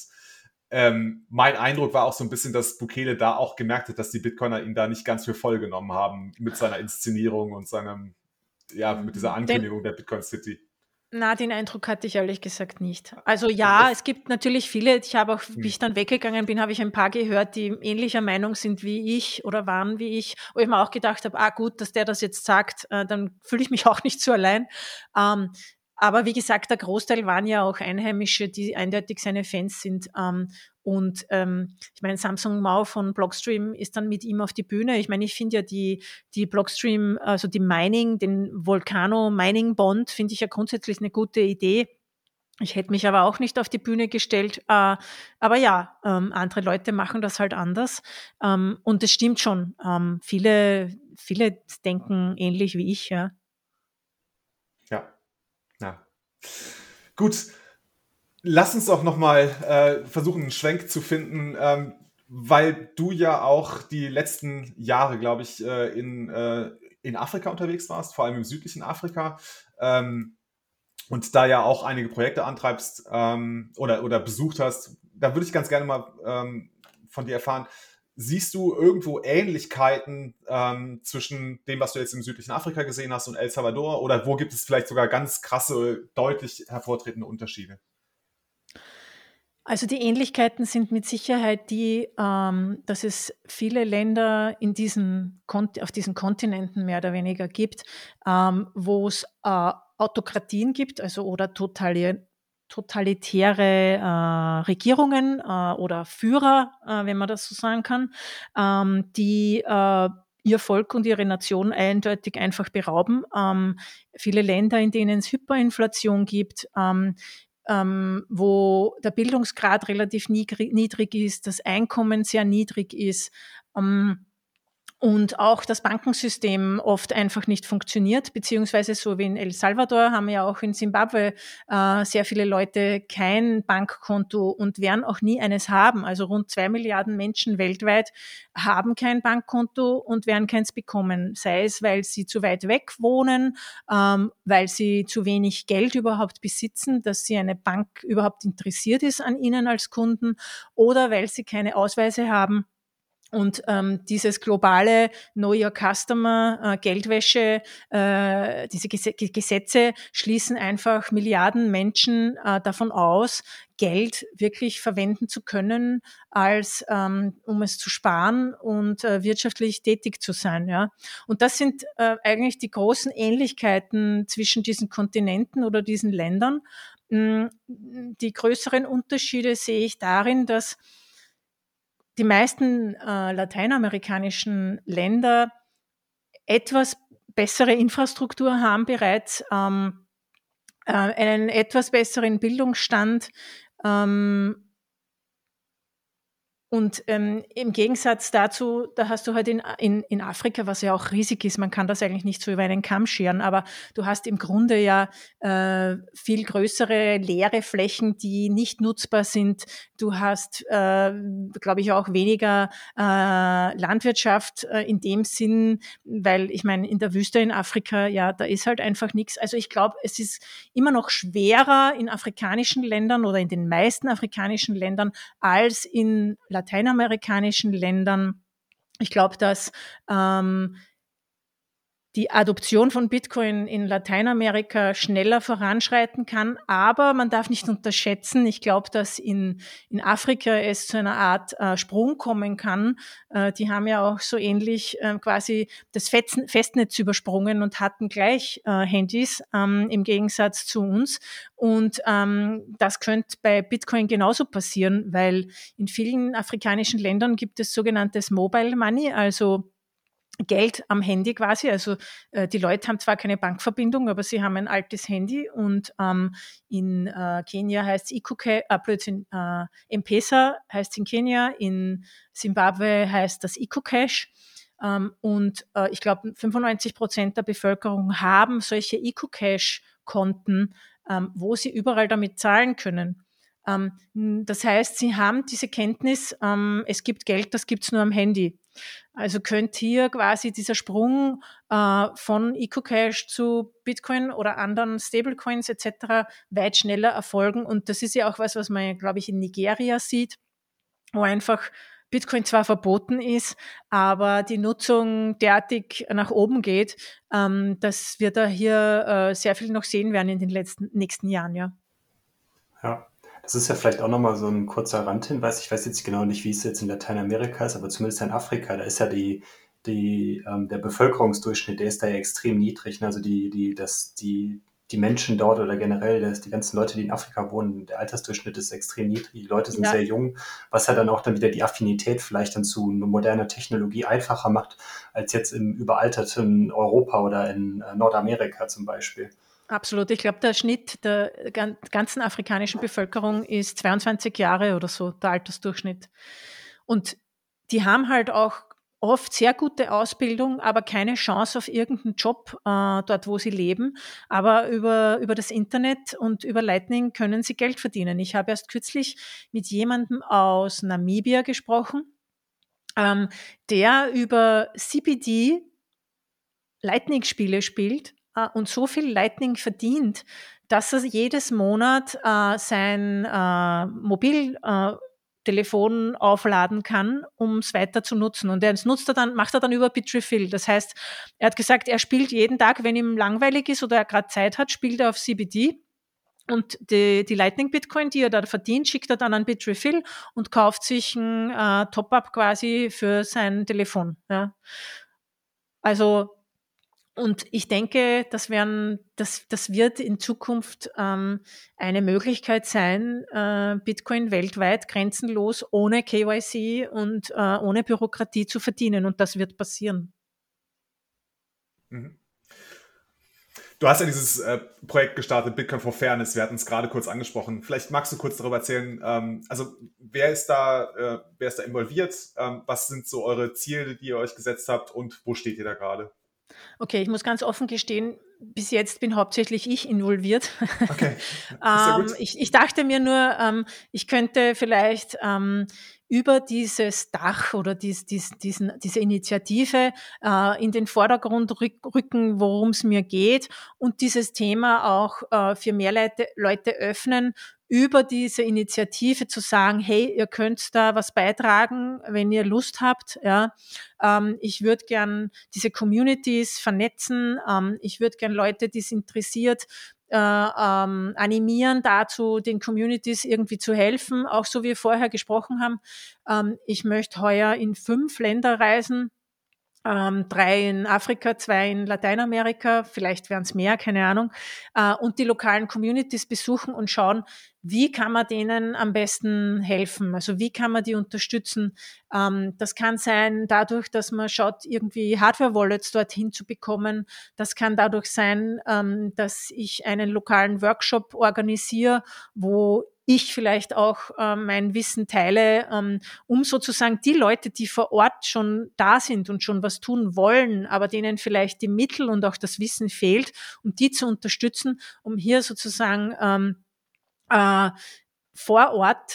ähm, mein Eindruck war auch so ein bisschen, dass Bukele da auch gemerkt hat, dass die Bitcoiner ihn da nicht ganz für voll genommen haben mit seiner Inszenierung und seinem, ja, mit dieser Den, Ankündigung der Bitcoin City. Na, den Eindruck hatte ich ehrlich gesagt nicht. Also ja, es gibt natürlich viele, ich habe auch, wie Hm. ich dann weggegangen bin, habe ich ein paar gehört, die ähnlicher Meinung sind wie ich oder waren wie ich, wo ich mir auch gedacht habe, ah gut, dass der das jetzt sagt, äh, dann fühle ich mich auch nicht so allein. Ähm, aber wie gesagt, der Großteil waren ja auch Einheimische, die eindeutig seine Fans sind. Ähm, und ähm, ich meine, Samsung Mao von Blockstream ist dann mit ihm auf die Bühne. Ich meine, ich finde ja die die Blockstream, also die Mining, den Volcano Mining Bond, finde ich ja grundsätzlich eine gute Idee. Ich hätte mich aber auch nicht auf die Bühne gestellt. Äh, aber ja, ähm, andere Leute machen das halt anders. Ähm, und es stimmt schon. Ähm, viele, viele denken ähnlich wie ich, ja. Ja, ja. Gut, lass uns auch nochmal äh, versuchen, einen Schwenk zu finden, ähm, weil du ja auch die letzten Jahre, glaube ich, äh, in, äh, in Afrika unterwegs warst, vor allem im südlichen Afrika. Ähm, und da ja auch einige Projekte antreibst ähm, oder, oder besucht hast, da würde ich ganz gerne mal ähm, von dir erfahren, siehst du irgendwo Ähnlichkeiten ähm, zwischen dem, was du jetzt im südlichen Afrika gesehen hast und El Salvador, oder wo gibt es vielleicht sogar ganz krasse, deutlich hervortretende Unterschiede? Also die Ähnlichkeiten sind mit Sicherheit die, ähm, dass es viele Länder in diesen Kont auf diesen Kontinenten mehr oder weniger gibt, ähm, wo es äh, Autokratien gibt, also oder totali totalitäre äh, Regierungen äh, oder Führer, äh, wenn man das so sagen kann, ähm, die äh, ihr Volk und ihre Nation eindeutig einfach berauben. Ähm, viele Länder, in denen es Hyperinflation gibt, ähm, ähm, wo der Bildungsgrad relativ niedrig, niedrig ist, das Einkommen sehr niedrig ist, ähm, und auch das Bankensystem oft einfach nicht funktioniert, beziehungsweise so wie in El Salvador haben ja auch in Simbabwe äh, sehr viele Leute kein Bankkonto und werden auch nie eines haben. Also rund zwei Milliarden Menschen weltweit haben kein Bankkonto und werden keins bekommen. Sei es, weil sie zu weit weg wohnen, ähm, weil sie zu wenig Geld überhaupt besitzen, dass sie eine Bank überhaupt interessiert ist an ihnen als Kunden, oder weil sie keine Ausweise haben. Und ähm, dieses globale Know Your Customer, äh, Geldwäsche, äh, diese Ges- Gesetze schließen einfach Milliarden Menschen äh, davon aus, Geld wirklich verwenden zu können, als ähm, um es zu sparen und äh, wirtschaftlich tätig zu sein. Ja. Und das sind äh, eigentlich die großen Ähnlichkeiten zwischen diesen Kontinenten oder diesen Ländern. Mm, Die größeren Unterschiede sehe ich darin, dass die meisten äh, lateinamerikanischen Länder etwas bessere Infrastruktur haben bereits, ähm, äh, einen etwas besseren Bildungsstand, ähm, und ähm, im Gegensatz dazu, da hast du halt in, in, in Afrika, was ja auch riesig ist, man kann das eigentlich nicht so über einen Kamm scheren, aber du hast im Grunde ja äh, viel größere leere Flächen, die nicht nutzbar sind. Du hast, äh, glaube ich, auch weniger äh, Landwirtschaft äh, in dem Sinn, weil ich meine, in der Wüste in Afrika, ja, da ist halt einfach nichts. Also ich glaube, es ist immer noch schwerer in afrikanischen Ländern oder in den meisten afrikanischen Ländern als in lateinamerikanischen Ländern. Ich glaube, dass ähm, die Adoption von Bitcoin in Lateinamerika schneller voranschreiten kann. Aber man darf nicht unterschätzen, ich glaube, dass in, in Afrika es zu einer Art äh, Sprung kommen kann. Äh, die haben ja auch so ähnlich äh, quasi das Fetzen, Festnetz übersprungen und hatten gleich äh, Handys ähm, im Gegensatz zu uns. Und ähm, das könnte bei Bitcoin genauso passieren, weil in vielen afrikanischen Ländern gibt es sogenanntes Mobile Money, also Geld am Handy quasi. Also äh, die Leute haben zwar keine Bankverbindung, aber sie haben ein altes Handy, und ähm, in äh, Kenia heißt es Ecocash, äh, Blödsinn, äh, M-Pesa heißt es in Kenia, in Simbabwe heißt das Ecocash. Ähm, und äh, ich glaube, fünfundneunzig Prozent der Bevölkerung haben solche Ecocash-Konten, ähm, wo sie überall damit zahlen können. Ähm, das heißt, sie haben diese Kenntnis, ähm, es gibt Geld, das gibt es nur am Handy. Also könnte hier quasi dieser Sprung äh, von Ecocash zu Bitcoin oder anderen Stablecoins et cetera weit schneller erfolgen. Und das ist ja auch was, was man, glaube ich, in Nigeria sieht, wo einfach Bitcoin zwar verboten ist, aber die Nutzung derartig nach oben geht, ähm, dass wir da hier äh, sehr viel noch sehen werden in den letzten, nächsten Jahren, ja. Ja, das ist ja vielleicht auch nochmal so ein kurzer Randhinweis. Ich weiß jetzt genau nicht, wie es jetzt in Lateinamerika ist, aber zumindest in Afrika, da ist ja die, die, ähm, der Bevölkerungsdurchschnitt, der ist da ja extrem niedrig. Ne? Also die, die, das, die, die Menschen dort oder generell, das, die ganzen Leute, die in Afrika wohnen, der Altersdurchschnitt ist extrem niedrig. Die Leute sind Ja, sehr jung, was ja dann auch dann wieder die Affinität vielleicht dann zu moderner Technologie einfacher macht, als jetzt im überalterten Europa oder in äh, Nordamerika zum Beispiel. Absolut. Ich glaube, der Schnitt der ganzen afrikanischen Bevölkerung ist zweiundzwanzig Jahre oder so, der Altersdurchschnitt. Und die haben halt auch oft sehr gute Ausbildung, aber keine Chance auf irgendeinen Job äh, dort, wo sie leben. Aber über, über das Internet und über Lightning können sie Geld verdienen. Ich habe erst kürzlich mit jemandem aus Namibia gesprochen, ähm, der über C B D Lightning-Spiele spielt äh, und so viel Lightning verdient, dass er jedes Monat äh, sein äh, Mobiltelefon aufladen kann, um es weiter zu nutzen. Und das nutzt er dann, macht er dann über Bitrefill. Das heißt, er hat gesagt, er spielt jeden Tag, wenn ihm langweilig ist oder er gerade Zeit hat, spielt er auf C B D. Und die, die Lightning-Bitcoin, die er da verdient, schickt er dann an Bitrefill und kauft sich ein äh, Top-up quasi für sein Telefon. Ja. Also und ich denke, das, werden, das, das wird in Zukunft ähm, eine Möglichkeit sein, äh, Bitcoin weltweit grenzenlos ohne K Y C und äh, ohne Bürokratie zu verdienen. Und das wird passieren. Mhm. Du hast ja dieses äh, Projekt gestartet, Bitcoin for Fairness. Wir hatten es gerade kurz angesprochen. Vielleicht magst du kurz darüber erzählen, ähm, also wer ist da, äh, wer ist da involviert? Ähm, was sind so eure Ziele, die ihr euch gesetzt habt und wo steht ihr da gerade? Okay, ich muss ganz offen gestehen, bis jetzt bin hauptsächlich ich involviert. Okay, ist ja ähm, gut. ich, ich dachte mir nur, ähm, ich könnte vielleicht ähm, über dieses Dach oder dies, dies, diesen, diese Initiative äh, in den Vordergrund rück, rücken, worum es mir geht und dieses Thema auch äh, für mehr Leute, Leute öffnen, über diese Initiative zu sagen, hey, ihr könnt da was beitragen, wenn ihr Lust habt. Ja. Ähm, ich würde gern diese Communities vernetzen. Ähm, ich würde gern Leute, die es interessiert, äh, ähm, animieren, dazu den Communities irgendwie zu helfen, auch so wie wir vorher gesprochen haben. Ähm, ich möchte heuer in fünf Länder reisen. Ähm, drei in Afrika, zwei in Lateinamerika, vielleicht wären es mehr, keine Ahnung, äh, und die lokalen Communities besuchen und schauen, wie kann man denen am besten helfen, also wie kann man die unterstützen. Ähm, das kann sein dadurch, dass man schaut, irgendwie Hardware-Wallets dorthin zu bekommen. Das kann dadurch sein, ähm, dass ich einen lokalen Workshop organisiere, wo ich vielleicht auch äh, mein Wissen teile, ähm, um sozusagen die Leute, die vor Ort schon da sind und schon was tun wollen, aber denen vielleicht die Mittel und auch das Wissen fehlt, um die zu unterstützen, um hier sozusagen ähm, äh, vor Ort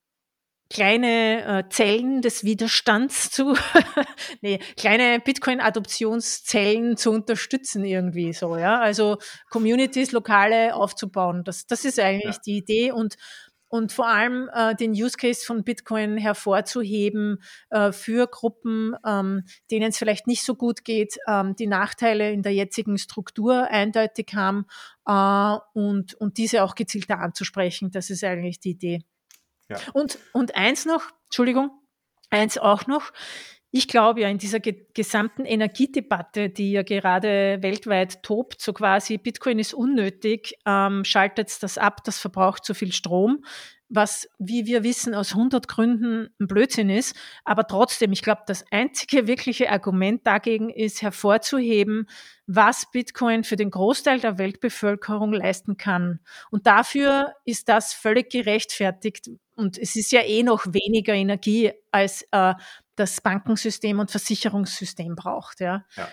kleine äh, Zellen des Widerstands zu, nee, kleine Bitcoin-Adoptionszellen zu unterstützen irgendwie so, ja. Also Communities, Lokale aufzubauen. Das, das ist eigentlich Ja. die Idee und und vor allem äh, den Use Case von Bitcoin hervorzuheben äh, für Gruppen, ähm, denen es vielleicht nicht so gut geht, ähm, die Nachteile in der jetzigen Struktur eindeutig haben äh, und, und diese auch gezielter anzusprechen. Das ist eigentlich die Idee. Ja. Und, und eins noch, Entschuldigung, eins auch noch. Ich glaube ja in dieser ge- gesamten Energiedebatte, die ja gerade weltweit tobt, so quasi Bitcoin ist unnötig, ähm, schaltet das ab, das verbraucht zu viel Strom, was, wie wir wissen, aus hundert Gründen ein Blödsinn ist. Aber trotzdem, ich glaube, das einzige wirkliche Argument dagegen ist hervorzuheben, was Bitcoin für den Großteil der Weltbevölkerung leisten kann. Und dafür ist das völlig gerechtfertigt. Und es ist ja eh noch weniger Energie, als äh, das Bankensystem und Versicherungssystem braucht. Ja, Ja,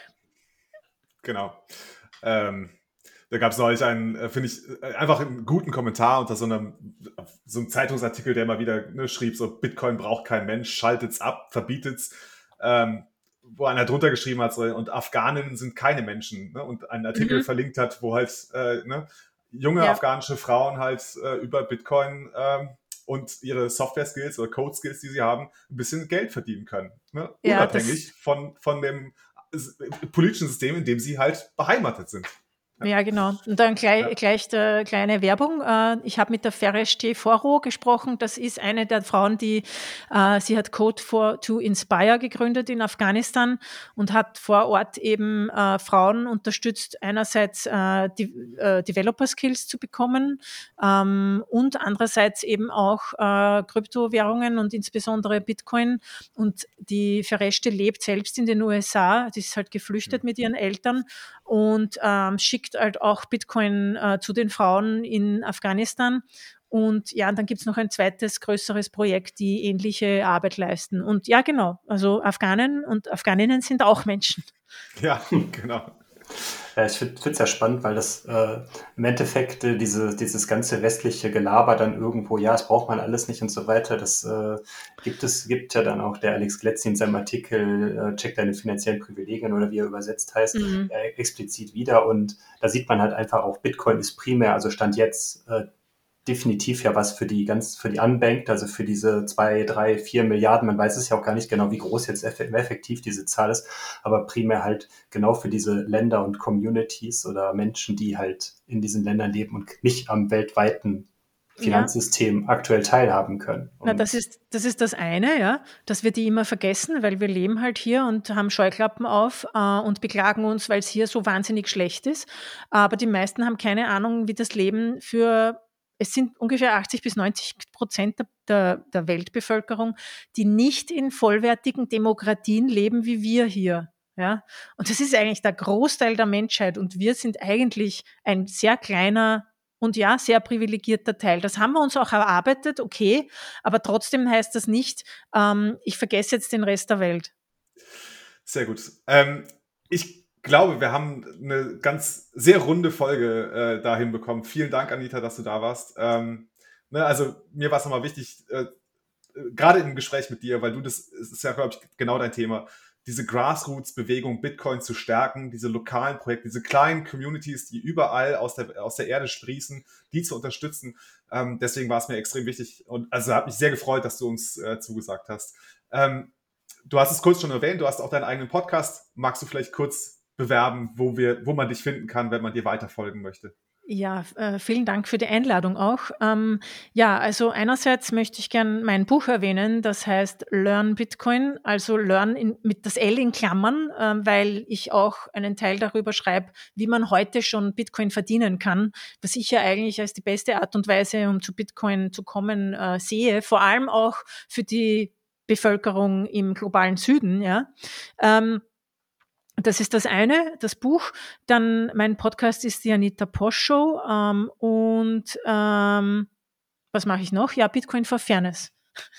genau. Ähm, da gab es neulich einen, äh, finde ich, äh, einfach einen guten Kommentar unter so einem, so einem Zeitungsartikel, der mal wieder ne, schrieb, so Bitcoin braucht kein Mensch, schaltet's ab, verbietet's. Ähm, wo einer drunter geschrieben hat, so, und Afghaninnen sind keine Menschen. Ne, und einen Artikel mhm. verlinkt hat, wo halt äh, ne, junge ja. afghanische Frauen halt äh, über Bitcoin ähm, und ihre Software-Skills oder Code-Skills, die sie haben, ein bisschen Geld verdienen können. Ne? Ja, Unabhängig das, von, von dem äh, politischen System, in dem sie halt beheimatet sind. Ja, genau. Und dann gleich, Ja. gleich der kleine Werbung. Äh, Ich habe mit der Fereshte Foro gesprochen. Das ist eine der Frauen, die, äh, sie hat Code for to Inspire gegründet in Afghanistan und hat vor Ort eben äh, Frauen unterstützt, einerseits äh, die, äh, Developer Skills zu bekommen ähm, und andererseits eben auch äh, Kryptowährungen und insbesondere Bitcoin. Und die Fereshte lebt selbst in den U S A. Sie ist halt geflüchtet mit ihren Eltern und ähm, schickt schickt halt auch Bitcoin äh, zu den Frauen in Afghanistan. Und ja, dann gibt's noch ein zweites, größeres Projekt, die ähnliche Arbeit leisten. Und ja, genau, also Afghanen und Afghaninnen sind auch Menschen. Ja, genau. Ja, ich finde es ja spannend, weil das äh, im Endeffekt äh, diese, dieses ganze westliche Gelaber dann irgendwo, ja, das braucht man alles nicht und so weiter, das äh, gibt es, gibt ja dann auch der Alex Gletzi in seinem Artikel, äh, check deine finanziellen Privilegien oder wie er übersetzt heißt, Mhm. äh, explizit wieder, und da sieht man halt einfach auch, Bitcoin ist primär, also Stand jetzt, äh, definitiv ja was für die ganz, für die Unbanked, also für diese zwei, drei, vier Milliarden. Man weiß es ja auch gar nicht genau, wie groß jetzt eff- effektiv diese Zahl ist, aber primär halt genau für diese Länder und Communities oder Menschen, die halt in diesen Ländern leben und nicht am weltweiten Ja, Finanzsystem aktuell teilhaben können. na, das Und ist, das ist das eine, ja, dass wir die immer vergessen, weil wir leben halt hier und haben Scheuklappen auf äh, und beklagen uns, weil es hier so wahnsinnig schlecht ist. Aber die meisten haben keine Ahnung, wie das Leben für, es sind ungefähr achtzig bis neunzig Prozent der, der, der Weltbevölkerung, die nicht in vollwertigen Demokratien leben wie wir hier. Ja, und das ist eigentlich der Großteil der Menschheit und wir sind eigentlich ein sehr kleiner und ja, sehr privilegierter Teil. Das haben wir uns auch erarbeitet, okay, aber trotzdem heißt das nicht, ähm, ich vergesse jetzt den Rest der Welt. Sehr gut. Ähm, ich glaube, wir haben eine ganz sehr runde Folge äh, da hinbekommen. Vielen Dank, Anita, dass du da warst. Ähm, ne, also mir war es nochmal wichtig, äh, gerade im Gespräch mit dir, weil du das, es ist ja, glaube ich, genau dein Thema, diese Grassroots-Bewegung Bitcoin zu stärken, diese lokalen Projekte, diese kleinen Communities, die überall aus der, aus der Erde sprießen, die zu unterstützen. Ähm, deswegen war es mir extrem wichtig und also hat mich sehr gefreut, dass du uns äh, zugesagt hast. Ähm, du hast es kurz schon erwähnt, du hast auch deinen eigenen Podcast. Magst du vielleicht kurz bewerben, wo wir, wo man dich finden kann, wenn man dir weiter folgen möchte? Ja, äh, vielen Dank für die Einladung auch. Ähm, ja, also einerseits möchte ich gern mein Buch erwähnen, das heißt Learn Bitcoin, also Learn in, mit das L in Klammern, ähm, weil ich auch einen Teil darüber schreibe, wie man heute schon Bitcoin verdienen kann, was ich ja eigentlich als die beste Art und Weise, um zu Bitcoin zu kommen, äh, sehe, vor allem auch für die Bevölkerung im globalen Süden, ja. Ähm, Das ist das eine, das Buch. Dann mein Podcast ist die Anita Posch Show. Ähm, und ähm, was mache ich noch? Ja, Bitcoin for Fairness.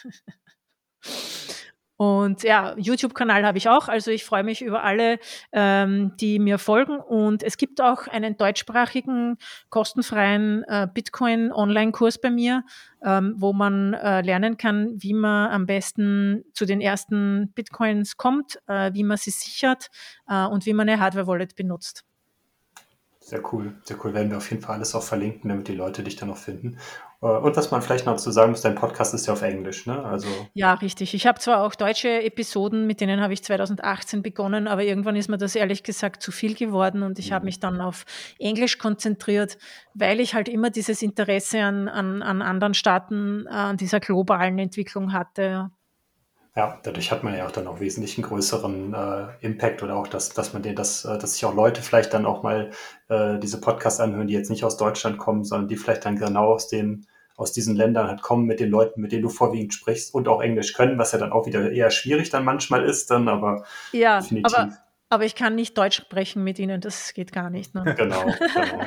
Und ja, YouTube-Kanal habe ich auch. Also ich freue mich über alle, ähm, die mir folgen. Und es gibt auch einen deutschsprachigen, kostenfreien äh, Bitcoin-Online-Kurs bei mir, ähm, wo man äh, lernen kann, wie man am besten zu den ersten Bitcoins kommt, äh, wie man sie sichert äh, und wie man eine Hardware-Wallet benutzt. sehr cool, sehr cool. Werden wir auf jeden Fall alles auch verlinken, damit die Leute dich dann auch finden. Äh, Und was man vielleicht noch zu sagen muss, dein Podcast ist ja auf Englisch, ne? Also, Ja, richtig. Ich habe zwar auch deutsche Episoden, mit denen habe ich zwanzig achtzehn begonnen, aber irgendwann ist mir das ehrlich gesagt zu viel geworden und ich habe mich dann auf Englisch konzentriert, weil ich halt immer dieses Interesse an, an, an anderen Staaten, äh, an dieser globalen Entwicklung hatte. ja, dadurch hat man ja auch dann auch wesentlich einen größeren äh, Impact oder auch, dass, dass man den, dass, äh, dass sich auch Leute vielleicht dann auch mal äh, diese Podcasts anhören, die jetzt nicht aus Deutschland kommen, sondern die vielleicht dann genau aus den, aus diesen Ländern halt kommen, mit den Leuten, mit denen du vorwiegend sprichst und auch Englisch können, was ja dann auch wieder eher schwierig dann manchmal ist, dann aber Ja, aber, definitiv. aber ich kann nicht Deutsch sprechen mit Ihnen, das geht gar nicht. Ne? Genau, genau.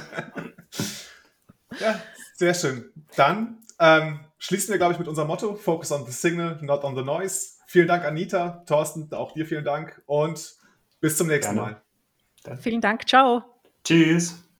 Ja, sehr schön. Dann ähm, schließen wir, glaube ich, mit unserem Motto: Focus on the signal, not on the noise. Vielen Dank, Anita. Thorsten, auch dir vielen Dank und bis zum nächsten Gerne. Mal. Dann Vielen Dank, ciao. tschüss.